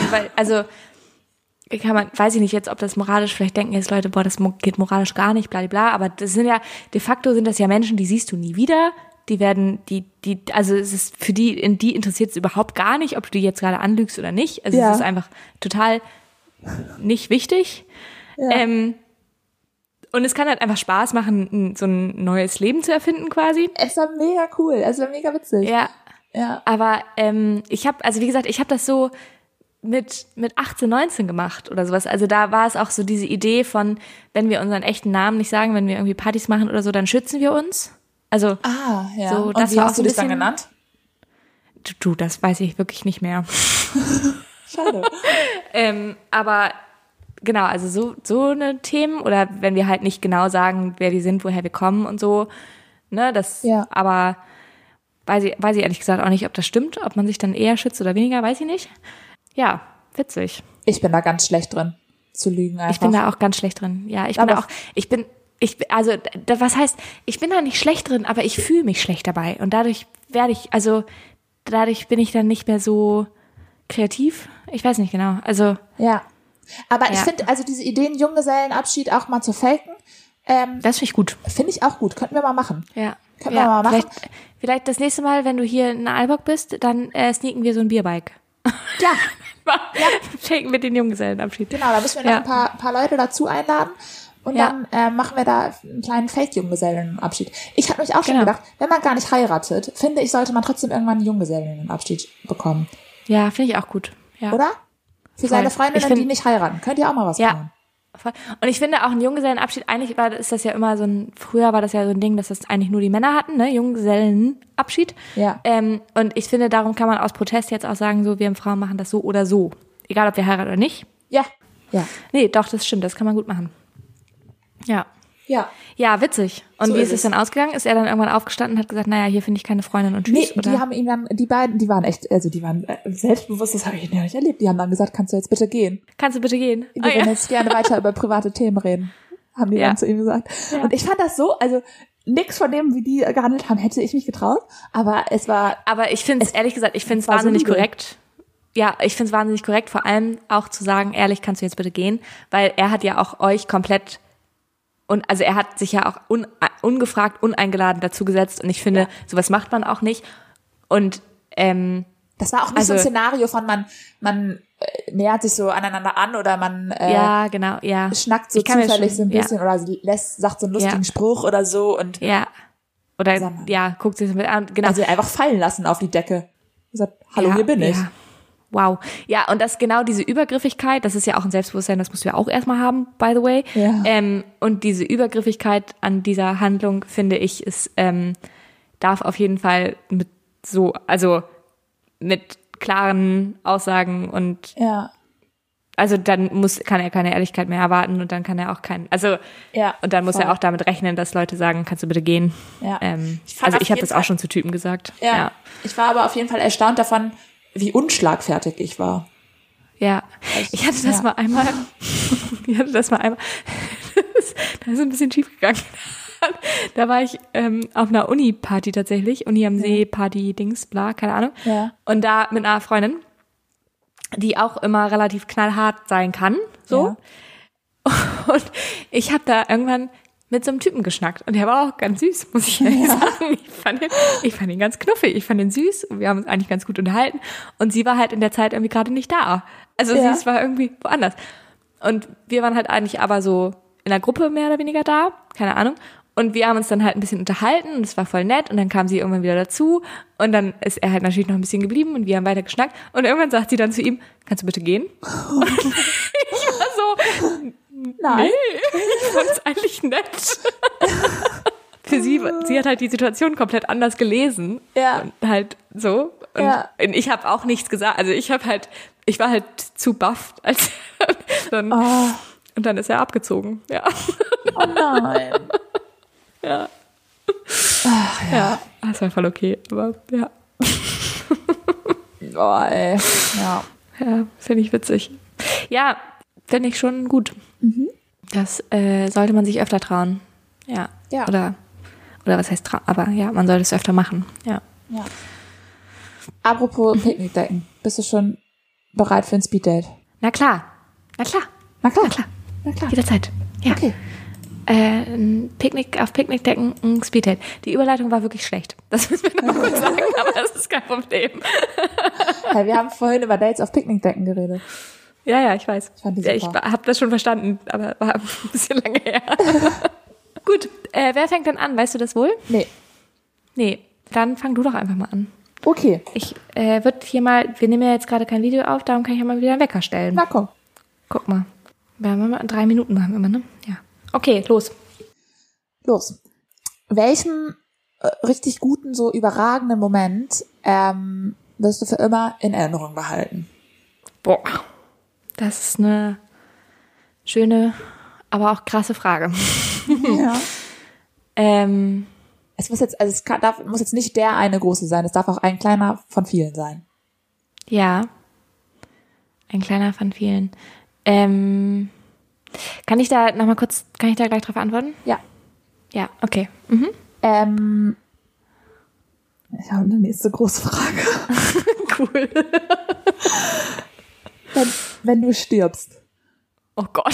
Weiß ich nicht jetzt, ob das moralisch, vielleicht denken jetzt Leute, boah, das geht moralisch gar nicht, bla, bla, aber das sind ja, de facto sind das ja Menschen, die siehst du nie wieder. Also es ist für die interessiert es überhaupt gar nicht, ob du die jetzt gerade anlügst oder nicht. Also es ist einfach total nicht wichtig. Ja. Und es kann halt einfach Spaß machen, so ein neues Leben zu erfinden quasi. Es war mega cool, es war mega witzig. Ja. Aber ich habe das so mit 18, 19 gemacht oder sowas. Also da war es auch so diese Idee von, wenn wir unseren echten Namen nicht sagen, wenn wir irgendwie Partys machen oder so, dann schützen wir uns. Also, ja. So, das und wie hast du dich dann genannt? Du, das weiß ich wirklich nicht mehr. Schade. Aber genau, also so eine Themen oder wenn wir halt nicht genau sagen, wer wir sind, woher wir kommen und so, ne, aber weiß ich ehrlich gesagt auch nicht, ob das stimmt, ob man sich dann eher schützt oder weniger, weiß ich nicht. Ja, witzig. Ich bin da ganz schlecht drin, zu lügen einfach. Ich bin da auch ganz schlecht drin. Ja, was heißt, ich bin da nicht schlecht drin, aber ich fühle mich schlecht dabei. Und dadurch bin ich dann nicht mehr so kreativ. Ich weiß nicht genau. Also. Ja. Aber ich finde, also diese Ideen, Junggesellenabschied auch mal zu faken, das finde ich gut. Finde ich auch gut. Könnten wir mal machen. Ja. Könnten wir mal machen. Vielleicht das nächste Mal, wenn du hier in Aalborg bist, dann sneaken wir so ein Bierbike. Ja. Faken wir den Junggesellenabschied. Genau, da müssen wir noch ein paar Leute dazu einladen. Und dann machen wir da einen kleinen Fake-Junggesellenabschied. Ich habe mich auch schon gedacht, wenn man gar nicht heiratet, finde ich, sollte man trotzdem irgendwann einen Junggesellenabschied bekommen. Ja, finde ich auch gut. Ja. Oder? Für seine Freundinnen, die nicht heiraten. Könnt ihr auch mal was machen. Voll. Und ich finde auch ein Junggesellenabschied, eigentlich ist das ja immer früher war das ja so ein Ding, dass das eigentlich nur die Männer hatten, ne? Junggesellenabschied. Ja. Und ich finde, darum kann man aus Protest jetzt auch sagen, so, wir Frauen machen das so oder so. Egal, ob wir heiraten oder nicht. Ja. Ja. Nee, doch, das stimmt, das kann man gut machen. Ja. Ja. Ja, witzig. Und so wie ist es dann ausgegangen? Ist er dann irgendwann aufgestanden und hat gesagt, naja, hier finde ich keine Freundin und tschüss? Nee, die haben ihn dann, die beiden, die waren echt, also die waren selbstbewusst, das habe ich noch nicht erlebt. Die haben dann gesagt, kannst du jetzt bitte gehen? Kannst du bitte gehen? Wir würden jetzt gerne weiter über private Themen reden, haben die dann zu ihm gesagt. Ja. Und ich fand das so, also nix von dem, wie die gehandelt haben, hätte ich mich getraut, aber es war... Aber ich finde es, ehrlich gesagt, ich finde es wahnsinnig korrekt. Ja, ich finde es wahnsinnig korrekt, vor allem auch zu sagen, ehrlich, kannst du jetzt bitte gehen? Weil er hat ja auch euch komplett... Und also er hat sich ja auch ungefragt, uneingeladen dazu gesetzt. Und ich finde, sowas macht man auch nicht. Und das war auch nicht so ein Szenario von man nähert sich so aneinander an oder man schnackt so zufällig so ein bisschen oder sagt so einen lustigen Spruch oder so. Und oder guckt sich so mit an. Genau. Also einfach fallen lassen auf die Decke. Sagt, hallo, hier bin ich. Ja. Wow. Ja, und das genau diese Übergriffigkeit, das ist ja auch ein Selbstbewusstsein, das musst du ja auch erstmal haben, by the way. Ja. Und diese Übergriffigkeit an dieser Handlung, finde ich, darf auf jeden Fall mit klaren Aussagen und also dann kann er keine Ehrlichkeit mehr erwarten und dann kann er auch und dann muss er auch damit rechnen, dass Leute sagen, kannst du bitte gehen. Ja. Ich habe das auch schon zu Typen gesagt. Ja. Ich war aber auf jeden Fall erstaunt davon, wie unschlagfertig ich war. Ja, ich hatte das mal einmal, da ist ein bisschen schief gegangen. Da war ich auf einer Uni-Party tatsächlich, Uni am See, Party, Dings, bla, keine Ahnung. Ja. Und da mit einer Freundin, die auch immer relativ knallhart sein kann, so. Ja. Und ich habe da irgendwann mit so einem Typen geschnackt. Und der war auch ganz süß, muss ich ehrlich sagen. Ich fand ihn ganz knuffig. Ich fand ihn süß. Und wir haben uns eigentlich ganz gut unterhalten. Und sie war halt in der Zeit irgendwie gerade nicht da. Also sie war irgendwie woanders. Und wir waren halt eigentlich aber so in der Gruppe mehr oder weniger da. Keine Ahnung. Und wir haben uns dann halt ein bisschen unterhalten. Und es war voll nett. Und dann kam sie irgendwann wieder dazu. Und dann ist er halt natürlich noch ein bisschen geblieben. Und wir haben weiter geschnackt. Und irgendwann sagt sie dann zu ihm, kannst du bitte gehen? Und ich war so... Nein. Nee, ich fand's eigentlich nett. Für sie hat halt die Situation komplett anders gelesen. Ja. Und halt so. Und ich habe auch nichts gesagt. Also ich war halt zu bufft. Und dann ist er abgezogen. Ja. Oh nein. Ja. Ach, ja. Das war voll okay. Aber ja. Oh, ey. Ja. Ja, finde ich witzig. Ja, finde ich schon gut. Das sollte man sich öfter trauen. Ja. Oder was heißt trauen? Aber ja, man sollte es öfter machen. Ja. Apropos Picknickdecken. Bist du schon bereit für ein Speeddate? Na klar. Jederzeit. Ja. Okay. Ein Picknick auf Picknickdecken, ein Speeddate. Die Überleitung war wirklich schlecht. Das müssen wir noch mal sagen, aber das ist kein Problem. Hey, wir haben vorhin über Dates auf Picknickdecken geredet. Ja, ich weiß. Ich habe das schon verstanden, aber war ein bisschen lange her. Gut, wer fängt denn an? Weißt du das wohl? Nee, dann fang du doch einfach mal an. Okay. Ich würde hier mal, wir nehmen ja jetzt gerade kein Video auf, darum kann ich ja mal wieder einen Wecker stellen. Na komm. Guck mal. Wir haben mal 3 Minuten machen wir immer, ne? Ja. Okay, los. Welchen richtig guten, so überragenden Moment wirst du für immer in Erinnerung behalten? Boah, das ist eine schöne, aber auch krasse Frage. Ja. Es muss jetzt, muss jetzt nicht der eine große sein, es darf auch ein kleiner von vielen sein. Ja, ein kleiner von vielen. Kann ich da gleich drauf antworten? Ja. Ja, okay. Ich habe eine nächste große Frage. Cool. Wenn du stirbst. Oh Gott.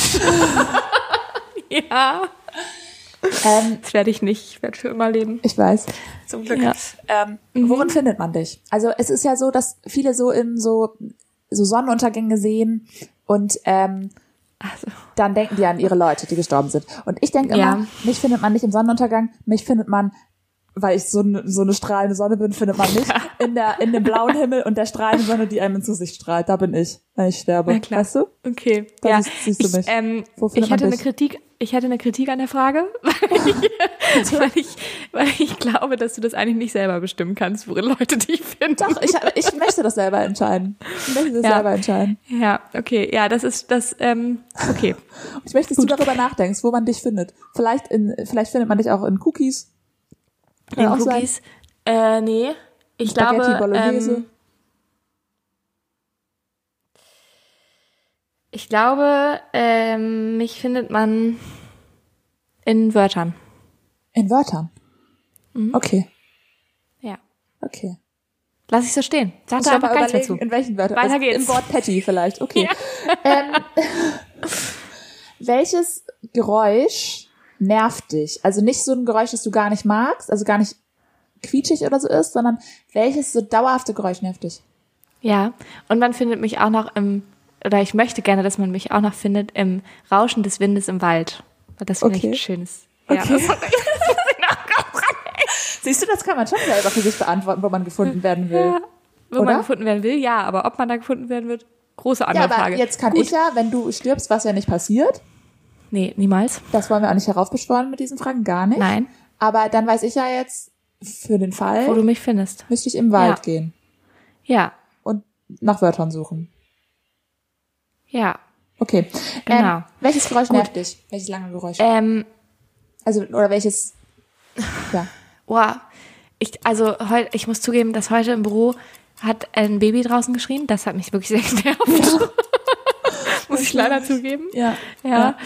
Ja. Das werde ich nicht. Ich werde für immer leben. Ich weiß. Zum Glück. Ja. Worin findet man dich? Also es ist ja so, dass viele so in so Sonnenuntergänge sehen und dann denken die an ihre Leute, die gestorben sind. Und ich denke immer, mich findet man nicht im Sonnenuntergang, mich findet man, weil ich so eine strahlende Sonne bin, findet man mich in dem blauen Himmel und der strahlenden Sonne, die einem ins Gesicht strahlt. Da bin ich, wenn ich sterbe. Na klar. Weißt du? Okay. Da ja. siehst du mich. Ich hätte eine Kritik an der Frage, weil ich glaube, dass du das eigentlich nicht selber bestimmen kannst, worin Leute dich finden. Doch, ich möchte das selber entscheiden. Selber entscheiden. Ja, okay. Ja, das ist das, okay. Ich möchte, dass du darüber nachdenkst, wo man dich findet. Vielleicht findet man dich auch in Cookies. In Cookies? Nee. Ich Spaghetti glaube, Bolognese. Ich glaube, mich findet man in Wörtern. In Wörtern? Okay. Ja. Okay. Lass ich so stehen. Sag da einfach gar nichts dazu. In welchen Wörtern? Weiter geht's. Im Wort Patty vielleicht. Okay. Ja. Welches Geräusch nervt dich? Also nicht so ein Geräusch, das du gar nicht magst, also gar nicht quietschig oder so ist, sondern welches so dauerhafte Geräusch nervt dich? Ja, und man findet mich auch noch oder ich möchte gerne, dass man mich auch noch findet im Rauschen des Windes im Wald. Das finde ich ein schönes. Ja, okay. Siehst du, das kann man schon selber für sich beantworten, wo man gefunden werden will. Ja, wo man gefunden werden will, ja, aber ob man da gefunden werden wird, große andere Frage. Aber jetzt kann ich ja, wenn du stirbst, was ja nicht passiert. Nee, niemals. Das wollen wir auch nicht heraufbeschworen mit diesen Fragen, gar nicht. Nein. Aber dann weiß ich ja jetzt, für den Fall, wo du mich findest, müsste ich im Wald gehen. Ja. Und nach Wörtern suchen. Ja. Okay. Genau. Welches Geräusch nervt dich? Welches lange Geräusch? Oder welches, ja. Boah, ich muss zugeben, dass heute im Büro hat ein Baby draußen geschrien. Das hat mich wirklich sehr genervt. Muss ich leider zugeben. Ja. Ja.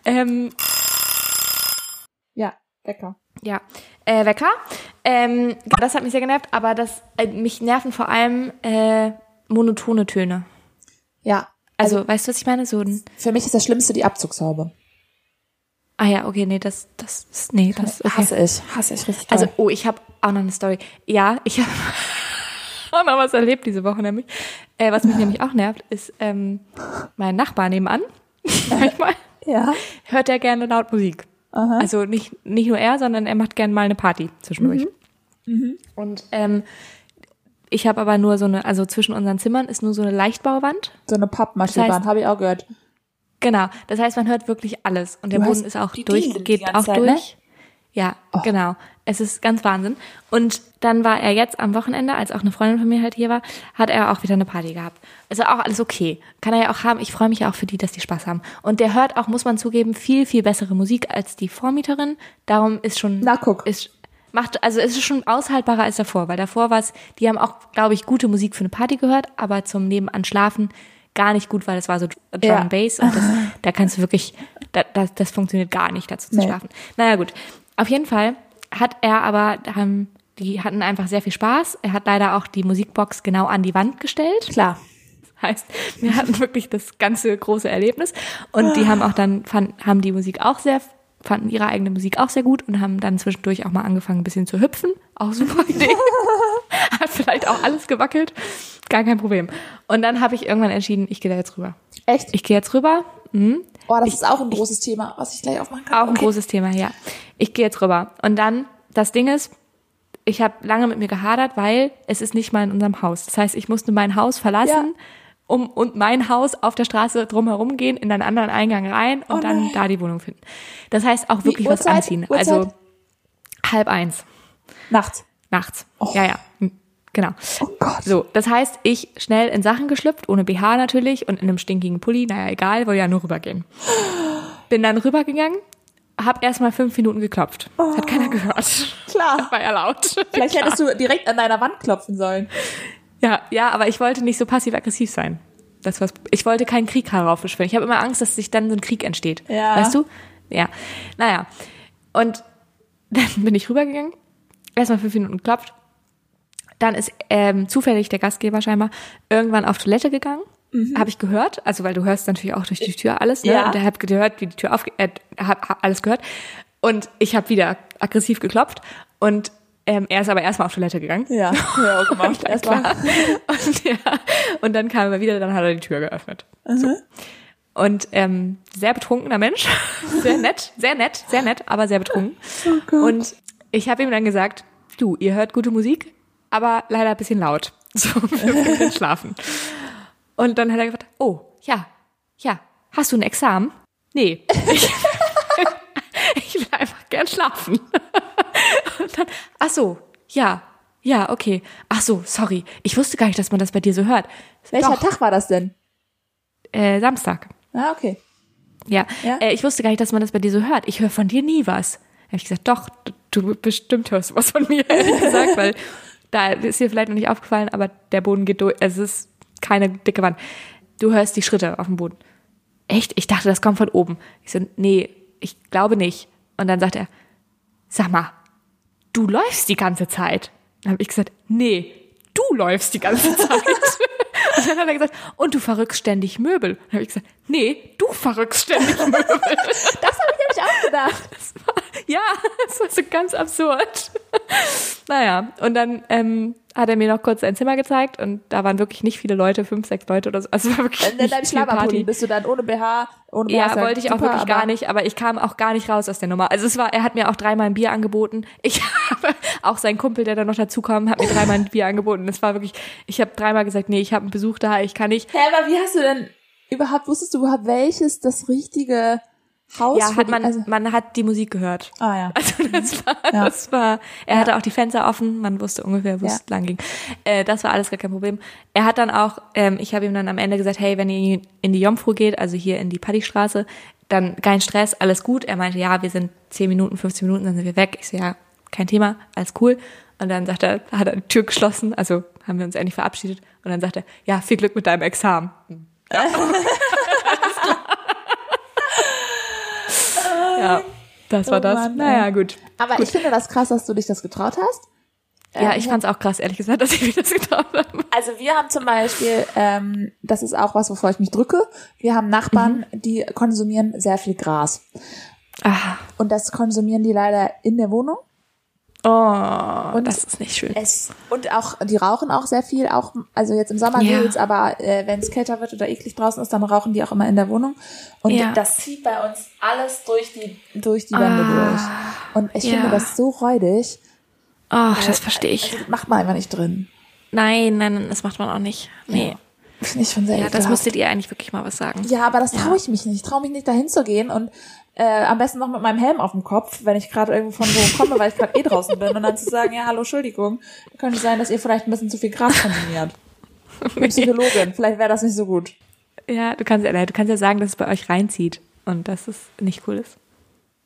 Ja, Wecker. Ja, Wecker. Das hat mich sehr genervt, aber mich nerven vor allem monotone Töne. Ja. Also, weißt du, was ich meine? Für mich ist das Schlimmste die Abzugshaube. Ah ja, okay, nee, das okay. Hasse ich richtig toll. Also, ich habe auch noch eine Story. Ja, ich habe auch noch was erlebt diese Woche nämlich. Was mich nämlich auch nervt, ist mein Nachbar nebenan. Manchmal hört er gerne laut Musik. Aha. Also nicht nur er, sondern er macht gerne mal eine Party zwischendurch. Und ich habe aber nur also zwischen unseren Zimmern ist nur so eine Leichtbauwand. So eine Pappmaschebahn, habe ich auch gehört. Genau, das heißt, man hört wirklich alles. Und der Boden ist auch geht auch Zeit, durch. Ne? Ja, genau. Es ist ganz Wahnsinn. Und dann war er jetzt am Wochenende, als auch eine Freundin von mir halt hier war, hat er auch wieder eine Party gehabt. Also auch alles okay. Kann er ja auch haben. Ich freue mich ja auch für die, dass die Spaß haben. Und der hört auch, muss man zugeben, viel, viel bessere Musik als die Vormieterin. Darum ist schon... Na, guck. also es ist schon aushaltbarer als davor, weil davor war es, die haben auch, glaube ich, gute Musik für eine Party gehört, aber zum Nebenan schlafen gar nicht gut, weil es war so Drum and Bass und da kannst du wirklich, das funktioniert gar nicht, dazu zu schlafen. Naja, gut. Auf jeden Fall hat er aber, die hatten einfach sehr viel Spaß. Er hat leider auch die Musikbox genau an die Wand gestellt. Klar. Das heißt, wir hatten wirklich das ganze große Erlebnis und die haben auch dann, haben die Musik auch fanden ihre eigene Musik auch sehr gut und haben dann zwischendurch auch mal angefangen, ein bisschen zu hüpfen. Auch super Idee. Hat vielleicht auch alles gewackelt. Gar kein Problem. Und dann habe ich irgendwann entschieden, ich gehe da jetzt rüber. Echt? Ich gehe jetzt rüber. Mhm. Oh, das ist auch ein großes Thema, was ich gleich aufmachen kann. Auch ein großes Thema, ja. Ich gehe jetzt rüber. Und dann, das Ding ist, ich habe lange mit mir gehadert, weil es ist nicht mal in unserem Haus. Das heißt, ich musste mein Haus verlassen und mein Haus auf der Straße drumherum gehen, in einen anderen Eingang rein und dann da die Wohnung finden. Das heißt auch wirklich was anziehen. Also 12:30. Nachts. Oh. Ja. Genau. Oh Gott. So, das heißt, ich schnell in Sachen geschlüpft, ohne BH natürlich und in einem stinkigen Pulli. Naja, egal, wollte ja nur rübergehen. Bin dann rübergegangen, hab erstmal 5 Minuten geklopft. Hat keiner gehört. Klar. Das war ja laut. Vielleicht hättest du direkt an deiner Wand klopfen sollen. Ja, aber ich wollte nicht so passiv-aggressiv sein. Ich wollte keinen Krieg heraufbeschwören. Ich habe immer Angst, dass sich dann so ein Krieg entsteht. Ja. Weißt du? Ja. Naja. Und dann bin ich rübergegangen, erstmal 5 Minuten geklopft. Dann ist zufällig der Gastgeber scheinbar irgendwann auf Toilette gegangen. Habe ich gehört. Also, weil du hörst natürlich auch durch die Tür alles. Ne? Ja. Und er hat gehört, wie die Tür aufgeht. Hab alles gehört. Und ich habe wieder aggressiv geklopft. Und er ist aber erstmal auf Toilette gegangen. Ja, auch gemacht. Erstmal. Und dann kam er wieder, dann hat er die Tür geöffnet. So. Und sehr betrunkener Mensch. Sehr nett, aber sehr betrunken. Oh Gott. Und ich habe ihm dann gesagt, du, ihr hört gute Musik, aber leider ein bisschen laut. So, wir können schlafen. Und dann hat er gesagt, oh, ja, hast du ein Examen? Nee. Ich will einfach gern schlafen. Und dann, ach so, ja, okay. Ach so, sorry. Ich wusste gar nicht, dass man das bei dir so hört. Welcher Tag war das denn? Samstag. Ah, okay. Ja. Ich wusste gar nicht, dass man das bei dir so hört. Ich höre von dir nie was. Da habe ich gesagt, doch, du bestimmt hörst was von mir, ehrlich gesagt, weil da ist dir vielleicht noch nicht aufgefallen, aber der Boden geht durch, es ist keine dicke Wand. Du hörst die Schritte auf dem Boden. Echt? Ich dachte, das kommt von oben. Ich so, nee, ich glaube nicht. Und dann sagt er, sag mal, du läufst die ganze Zeit. Dann habe ich gesagt, nee, du läufst die ganze Zeit. Und dann hat er gesagt, und du verrückst ständig Möbel. Dann habe ich gesagt, nee, du verrückst ständig Möbel. Das habe ich nämlich auch gedacht. Das war so ganz absurd. Naja, und dann hat er mir noch kurz sein Zimmer gezeigt und da waren wirklich nicht viele Leute, 5, 6 Leute oder so. Also war wirklich in deinem Schlabberpulli bist du dann ohne BH, Ja, wollte ich auch wirklich gar nicht, aber ich kam auch gar nicht raus aus der Nummer. Also er hat mir auch 3-mal ein Bier angeboten. Ich habe auch sein Kumpel, der da noch dazu kam, hat mir 3-mal ein Bier angeboten. Das war wirklich, ich habe 3-mal gesagt, nee, ich habe einen Besuch da, ich kann nicht. Hä, aber wie hast du denn wusstest du überhaupt, welches das richtige Haus? Ja, man hat die Musik gehört. Ah, ja. Also das war, er hatte auch die Fenster offen, man wusste ungefähr, wo es lang ging. Das war alles gar kein Problem. Er hat dann auch, ich habe ihm dann am Ende gesagt, hey, wenn ihr in die Jomfru geht, also hier in die Paddystraße, dann kein Stress, alles gut. Er meinte, ja, wir sind 10 Minuten, 15 Minuten, dann sind wir weg. Ich so, ja, kein Thema, alles cool. Und dann hat er die Tür geschlossen, also haben wir uns endlich verabschiedet. Und dann sagt er, ja, viel Glück mit deinem Examen. Ja. Ja, das war das. Mann, naja, gut. Aber ich finde das krass, dass du dich das getraut hast. Ja, ich fand's auch krass, ehrlich gesagt, dass ich mich das getraut habe. Also wir haben zum Beispiel, das ist auch was, wovor ich mich drücke, wir haben Nachbarn, die konsumieren sehr viel Gras. Ah. Und das konsumieren die leider in der Wohnung. Oh, und das ist nicht schön. Und auch, die rauchen auch sehr viel, auch, also jetzt im Sommer geht's, aber wenn es kälter wird oder eklig draußen ist, dann rauchen die auch immer in der Wohnung. Und das zieht bei uns alles durch die Wände durch. Und ich finde das so räudig. Oh, das verstehe ich. Also, das macht man einfach nicht drin. Nein, das macht man auch nicht. Nee. Finde ich schon sehr ekelhaft. Das müsstet ihr eigentlich wirklich mal was sagen. Ja, aber das traue ich mich nicht. Ich traue mich nicht, dahin zu gehen und am besten noch mit meinem Helm auf dem Kopf, wenn ich gerade irgendwo von wo komme, weil ich gerade draußen bin und dann zu sagen, ja, hallo, Entschuldigung, könnte sein, dass ihr vielleicht ein bisschen zu viel Gras konsumiert. Ich bin Psychologin, vielleicht wäre das nicht so gut. Ja, du kannst ja sagen, dass es bei euch reinzieht und dass es nicht cool ist.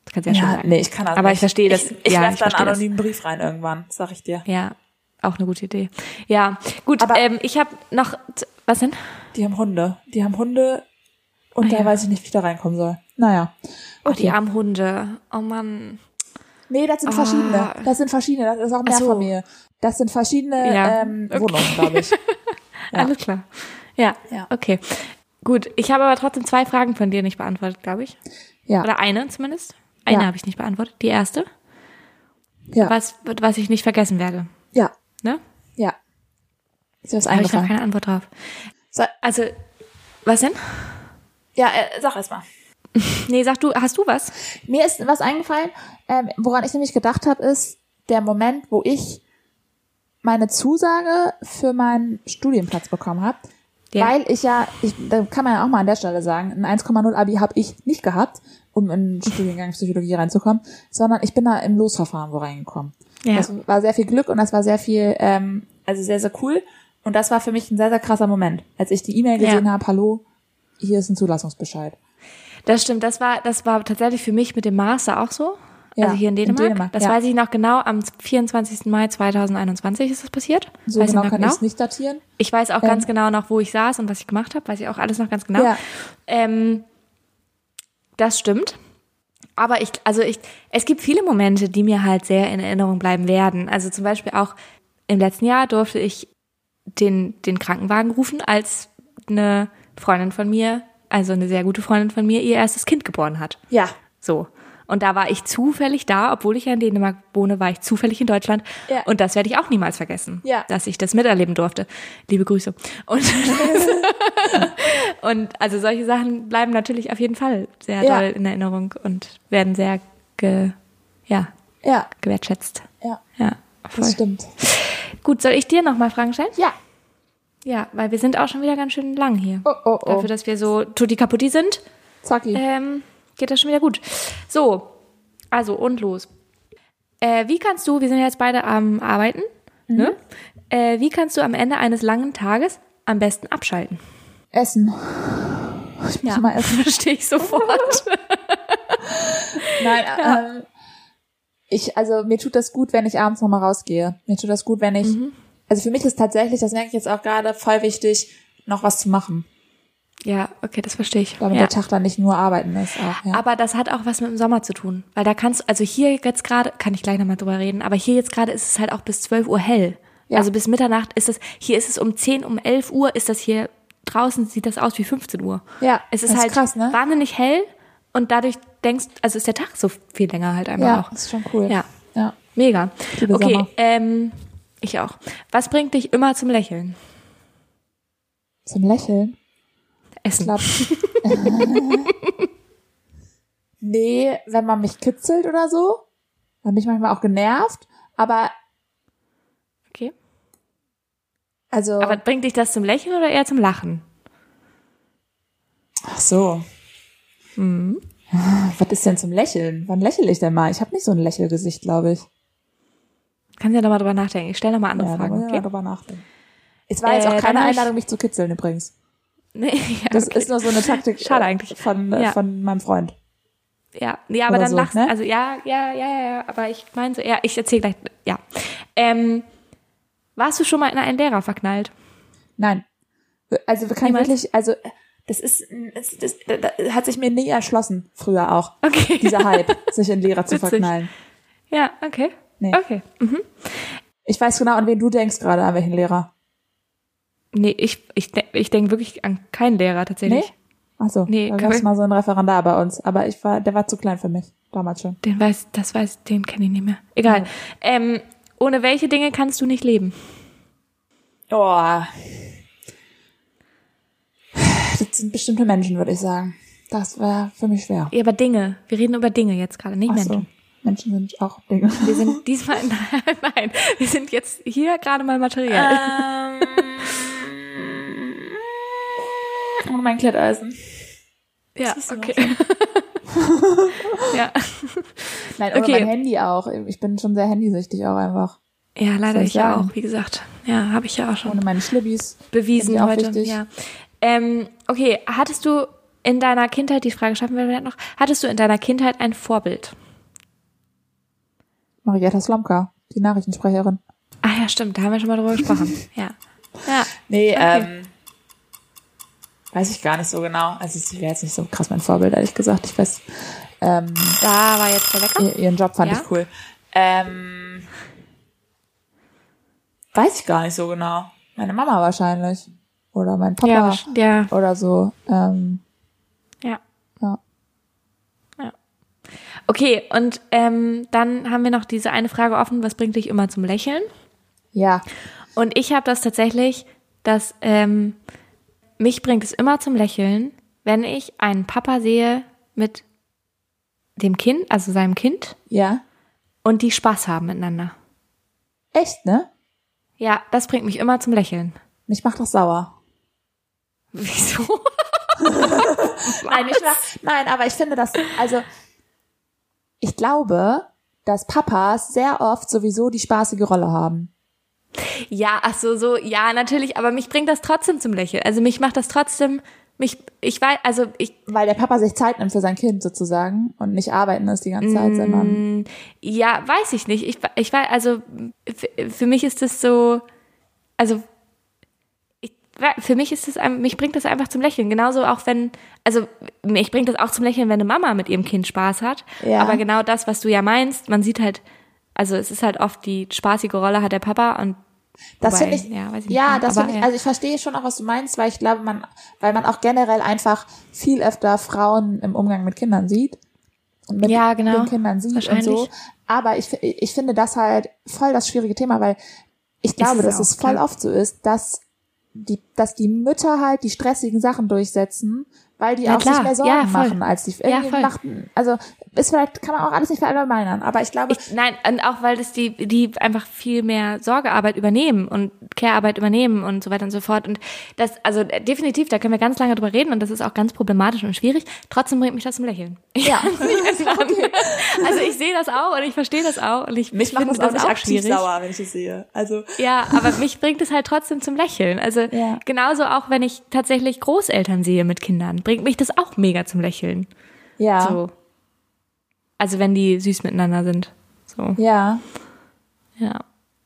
Das kannst du ja schon sagen. Nee, ich kann das aber nicht. Ich verstehe das. Ich ja, werfe da einen anonymen Brief rein irgendwann, sag ich dir. Ja, auch eine gute Idee. Ja, gut, aber ich habe noch, was denn? Die haben Hunde und da weiß ich nicht, wie ich da reinkommen soll. Naja. Okay. Oh, die armen Hunde. Oh Mann. Nee, das sind verschiedene. Das ist auch Mehrfamilie. Das sind verschiedene Wohnungen, glaube ich. Ja. Alles klar. Ja, okay. Gut, ich habe aber trotzdem 2 Fragen von dir nicht beantwortet, glaube ich. Ja. Oder eine zumindest. Eine habe ich nicht beantwortet. Die erste. Ja. Was ich nicht vergessen werde. Ja. Ne? Ja. Ist dir was habe ich noch eingefallen? keine Antwort drauf. Also, was denn? Ja, sag erst mal. Nee, sag du, hast du was? Mir ist was eingefallen, woran ich nämlich gedacht habe, ist der Moment, wo ich meine Zusage für meinen Studienplatz bekommen habe. Ja. Weil da kann man ja auch mal an der Stelle sagen, ein 1,0 Abi habe ich nicht gehabt, um in den Studiengang Psychologie reinzukommen, sondern ich bin da im Losverfahren wo reingekommen. Ja. Das war sehr viel Glück und das war sehr viel, also sehr, sehr cool. Und das war für mich ein sehr, sehr krasser Moment, als ich die E-Mail gesehen habe, hallo, hier ist ein Zulassungsbescheid. Das stimmt, das war tatsächlich für mich mit dem Master auch so. Ja, also hier in Dänemark. Das weiß ich noch genau, am 24. Mai 2021 ist das passiert. So weiß genau kann ich es nicht datieren. Ich weiß auch ganz genau noch, wo ich saß und was ich gemacht habe, weiß ich auch alles noch ganz genau. Ja. Das stimmt. Aber es gibt viele Momente, die mir halt sehr in Erinnerung bleiben werden. Also zum Beispiel auch im letzten Jahr durfte ich den Krankenwagen rufen, als eine Freundin von mir, also eine sehr gute Freundin von mir, ihr erstes Kind geboren hat. Ja. So. Und da war ich zufällig da, obwohl ich ja in Dänemark wohne, war ich zufällig in Deutschland. Ja. Und das werde ich auch niemals vergessen, dass ich das miterleben durfte. Liebe Grüße. Und also solche Sachen bleiben natürlich auf jeden Fall sehr doll in Erinnerung und werden sehr gewertschätzt. Ja, voll. Das stimmt. Gut, soll ich dir nochmal Fragen stellen? Ja. Ja, weil wir sind auch schon wieder ganz schön lang hier. Oh. Dafür, dass wir so tutti kaputti sind. Zacki. Geht das schon wieder gut. So, also und los. Wie kannst du, wir sind ja jetzt beide am Arbeiten, ne? Wie kannst du am Ende eines langen Tages am besten abschalten? Essen. Ich muss mal essen. Verstehe ich sofort. Nein, mir tut das gut, wenn ich abends nochmal rausgehe. Mir tut das gut, wenn ich, also für mich ist tatsächlich, das merke ich jetzt auch gerade, voll wichtig, noch was zu machen. Ja, okay, das verstehe ich. Damit der Tag dann nicht nur arbeiten ist auch, ja. Aber das hat auch was mit dem Sommer zu tun. Weil da also hier jetzt gerade, kann ich gleich nochmal drüber reden, aber hier jetzt gerade ist es halt auch bis 12 Uhr hell. Ja. Also bis Mitternacht hier ist es um 11 Uhr ist das hier, draußen sieht das aus wie 15 Uhr. Ja, es ist halt krass, ne? wahnsinnig hell und dadurch also ist der Tag so viel länger halt einfach auch. Ja, ist schon cool. Ja. Mega. Okay, ich auch. Was bringt dich immer zum Lächeln? Zum Lächeln? Essen. Nee, wenn man mich kitzelt oder so, dann bin ich manchmal auch genervt, aber okay. Also. Aber bringt dich das zum Lächeln oder eher zum Lachen? Ach so. Was ist denn zum Lächeln? Wann lächle ich denn mal? Ich habe nicht so ein Lächelgesicht, glaube ich. Kannst ja nochmal drüber nachdenken. Ich stelle nochmal andere Fragen. Ja, okay? Drüber nachdenken. Es war jetzt auch keine Einladung, mich zu kitzeln übrigens. Nee, das ist nur so eine Taktik. Schade eigentlich. Von meinem Freund. Ja, aber dann so, lachst du, ne? also ja, aber ich meine so, ich erzähle gleich, ja. Warst du schon mal in einen Lehrer verknallt? Nein. Also wir können wirklich, also das hat sich mir nie erschlossen, früher auch. Okay. Dieser Hype, sich in Lehrer zu verknallen. Ja, okay. Nee. Okay. Mhm. Ich weiß genau, an wen du denkst gerade, an welchen Lehrer. Nee, ich denke wirklich an keinen Lehrer tatsächlich. Nee? Ach so, nee, da gab es mal so einen Referendar bei uns, aber der war zu klein für mich, damals schon. Den kenne ich nicht mehr. Egal. Ja. Ohne welche Dinge kannst du nicht leben? Oh. Das sind bestimmte Menschen, würde ich sagen. Das wäre für mich schwer. Ja, aber Dinge. Wir reden über Dinge jetzt gerade, nicht Menschen. So. Menschen sind auch Dinge. Wir sind diesmal, nein, wir sind jetzt hier gerade mal materiell. Und mein Kletteisen. Ja, okay. Ja. Nein, oder mein Handy auch. Ich bin schon sehr handysüchtig auch einfach. Ja, leider ich ja auch, wie gesagt. Ja, habe ich ja auch schon. Ohne meine Schlibbis. Bewiesen auch heute. Wichtig. Ja. Okay, hattest du in deiner Kindheit, die Frage schaffen wir noch, hattest du in deiner Kindheit ein Vorbild? Marietta Slomka, die Nachrichtensprecherin. Ah ja, stimmt, da haben wir schon mal drüber gesprochen. Ja. Nee, okay. Weiß ich gar nicht so genau. Also sie wäre jetzt nicht so krass mein Vorbild, ehrlich gesagt. Ich weiß, da war jetzt der Wecker. Ihren Job fand ich cool. Weiß ich gar nicht so genau. Meine Mama wahrscheinlich. Oder mein Papa. Ja. Oder so. Ja. Okay, und dann haben wir noch diese eine Frage offen, was bringt dich immer zum Lächeln? Ja. Und ich habe das tatsächlich, dass mich bringt es immer zum Lächeln, wenn ich einen Papa sehe mit dem Kind, also seinem Kind. Ja. Und die Spaß haben miteinander. Echt, ne? Ja, das bringt mich immer zum Lächeln. Mich macht das sauer. Wieso? Nein, aber ich finde das, also ich glaube, dass Papas sehr oft sowieso die spaßige Rolle haben. Ja, ach so, ja, natürlich, aber mich bringt das trotzdem zum Lächeln. Also mich macht das trotzdem, weil der Papa sich Zeit nimmt für sein Kind sozusagen und nicht arbeiten ist die ganze Zeit, sondern. Ja, weiß ich nicht. Ich weiß, also für mich ist das so, also für mich ist das, mich bringt das einfach zum Lächeln. Genauso auch wenn, also mich bringt das auch zum Lächeln, wenn eine Mama mit ihrem Kind Spaß hat. Ja. Aber genau das, was du ja meinst, man sieht halt, also es ist halt oft die spaßige Rolle hat der Papa und das finde ich, also ich verstehe schon auch, was du meinst, weil ich glaube, weil man auch generell einfach viel öfter Frauen im Umgang mit Kindern sieht und mit den Kindern sieht und so. Aber ich finde das halt voll das schwierige Thema, weil ich glaube, dass es voll oft so ist, dass die Mütter halt die stressigen Sachen durchsetzen, weil die auch sich mehr Sorgen machen, als die irgendwie machten. Also kann man auch alles nicht verallgemeinern, aber ich glaube. Nein, und auch weil das die einfach viel mehr Sorgearbeit übernehmen und Care-Arbeit übernehmen und so weiter und so fort. Und das, also definitiv, da können wir ganz lange drüber reden und das ist auch ganz problematisch und schwierig. Trotzdem bringt mich das zum Lächeln. Ja. Okay. Also ich sehe das auch und ich verstehe das auch und mich macht das auch nicht aktiv sauer, wenn ich es sehe. Also. Ja, aber mich bringt es halt trotzdem zum Lächeln. Also genauso auch, wenn ich tatsächlich Großeltern sehe mit Kindern, bringt mich das auch mega zum Lächeln. Ja. So. Also wenn die süß miteinander sind. So. Ja. Ja.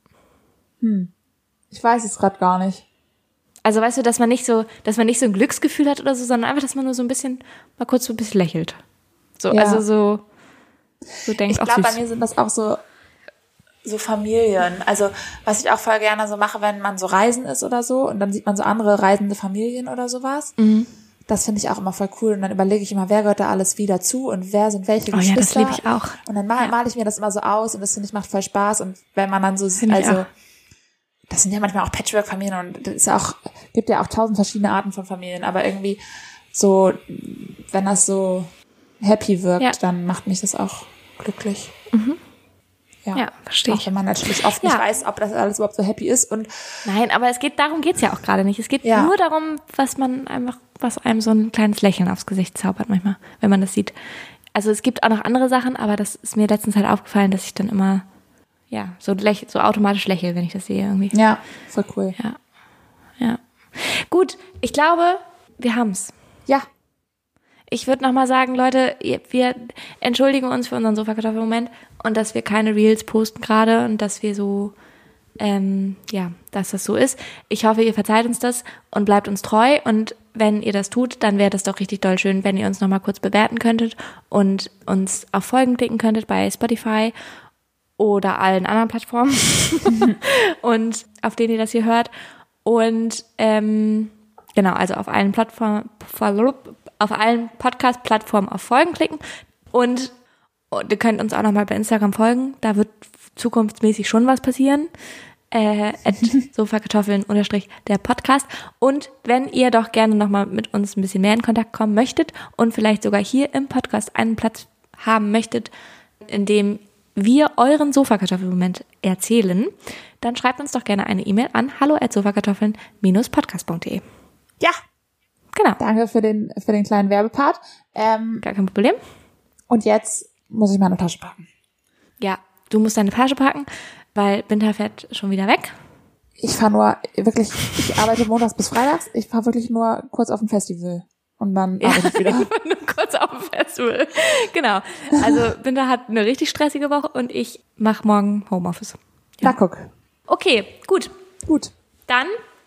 Ich weiß es gerade gar nicht. Also weißt du, dass man nicht so ein Glücksgefühl hat oder so, sondern einfach, dass man nur so ein bisschen, mal kurz so ein bisschen lächelt. So, also so denkt auch süß. Ich glaube, bei mir sind das auch so Familien. Also was ich auch voll gerne so mache, wenn man so reisen ist oder so und dann sieht man so andere reisende Familien oder sowas. Mhm. Das finde ich auch immer voll cool. Und dann überlege ich immer, wer gehört da alles wie dazu und wer sind welche Geschwister. Ja, das liebe ich auch. Und dann male ich mir das immer so aus und das finde ich macht voll Spaß. Und wenn man dann so, das sind ja manchmal auch Patchwork-Familien und das ist auch, gibt ja auch 1000 verschiedene Arten von Familien. Aber irgendwie so, wenn das so happy wirkt, dann macht mich das auch glücklich. Mhm. Ja, verstehe ich. Auch wenn man natürlich oft nicht weiß, ob das alles überhaupt so happy ist. Und nein, aber darum geht's ja auch gerade nicht. Es geht nur darum, was einem so ein kleines Lächeln aufs Gesicht zaubert manchmal, wenn man das sieht. Also es gibt auch noch andere Sachen, aber das ist mir letztens halt aufgefallen, dass ich dann immer so automatisch lächle, wenn ich das sehe irgendwie. Ja, voll cool. Ja. Gut, ich glaube, wir haben's. Ja. Ich würde nochmal sagen, Leute, wir entschuldigen uns für unseren Sofakartoffelmoment und dass wir keine Reels posten gerade und dass wir so, dass das so ist. Ich hoffe, ihr verzeiht uns das und bleibt uns treu und wenn ihr das tut, dann wäre das doch richtig doll schön, wenn ihr uns nochmal kurz bewerten könntet und uns auf Folgen klicken könntet bei Spotify oder allen anderen Plattformen und auf denen ihr das hier hört und genau, also auf allen Podcast-Plattformen auf Folgen klicken und ihr könnt uns auch nochmal bei Instagram folgen, da wird zukunftsmäßig schon was passieren, @sofakartoffeln_ der Podcast und wenn ihr doch gerne nochmal mit uns ein bisschen mehr in Kontakt kommen möchtet und vielleicht sogar hier im Podcast einen Platz haben möchtet, in dem wir euren Sofakartoffelmoment erzählen, dann schreibt uns doch gerne eine E-Mail an hallo@sofakartoffeln-podcast.de. Ja. Genau. Danke für den kleinen Werbepart. Gar kein Problem. Und jetzt muss ich meine Tasche packen. Ja, du musst deine Tasche packen, weil Binta fährt schon wieder weg. Ich arbeite montags bis freitags. Ich fahre wirklich nur kurz auf ein Festival. und dann arbeite ich wieder. Nur kurz auf dem Festival. Genau. Also Binta hat eine richtig stressige Woche und ich mache morgen Homeoffice. Ja. Na guck. Okay, gut. Gut. Dann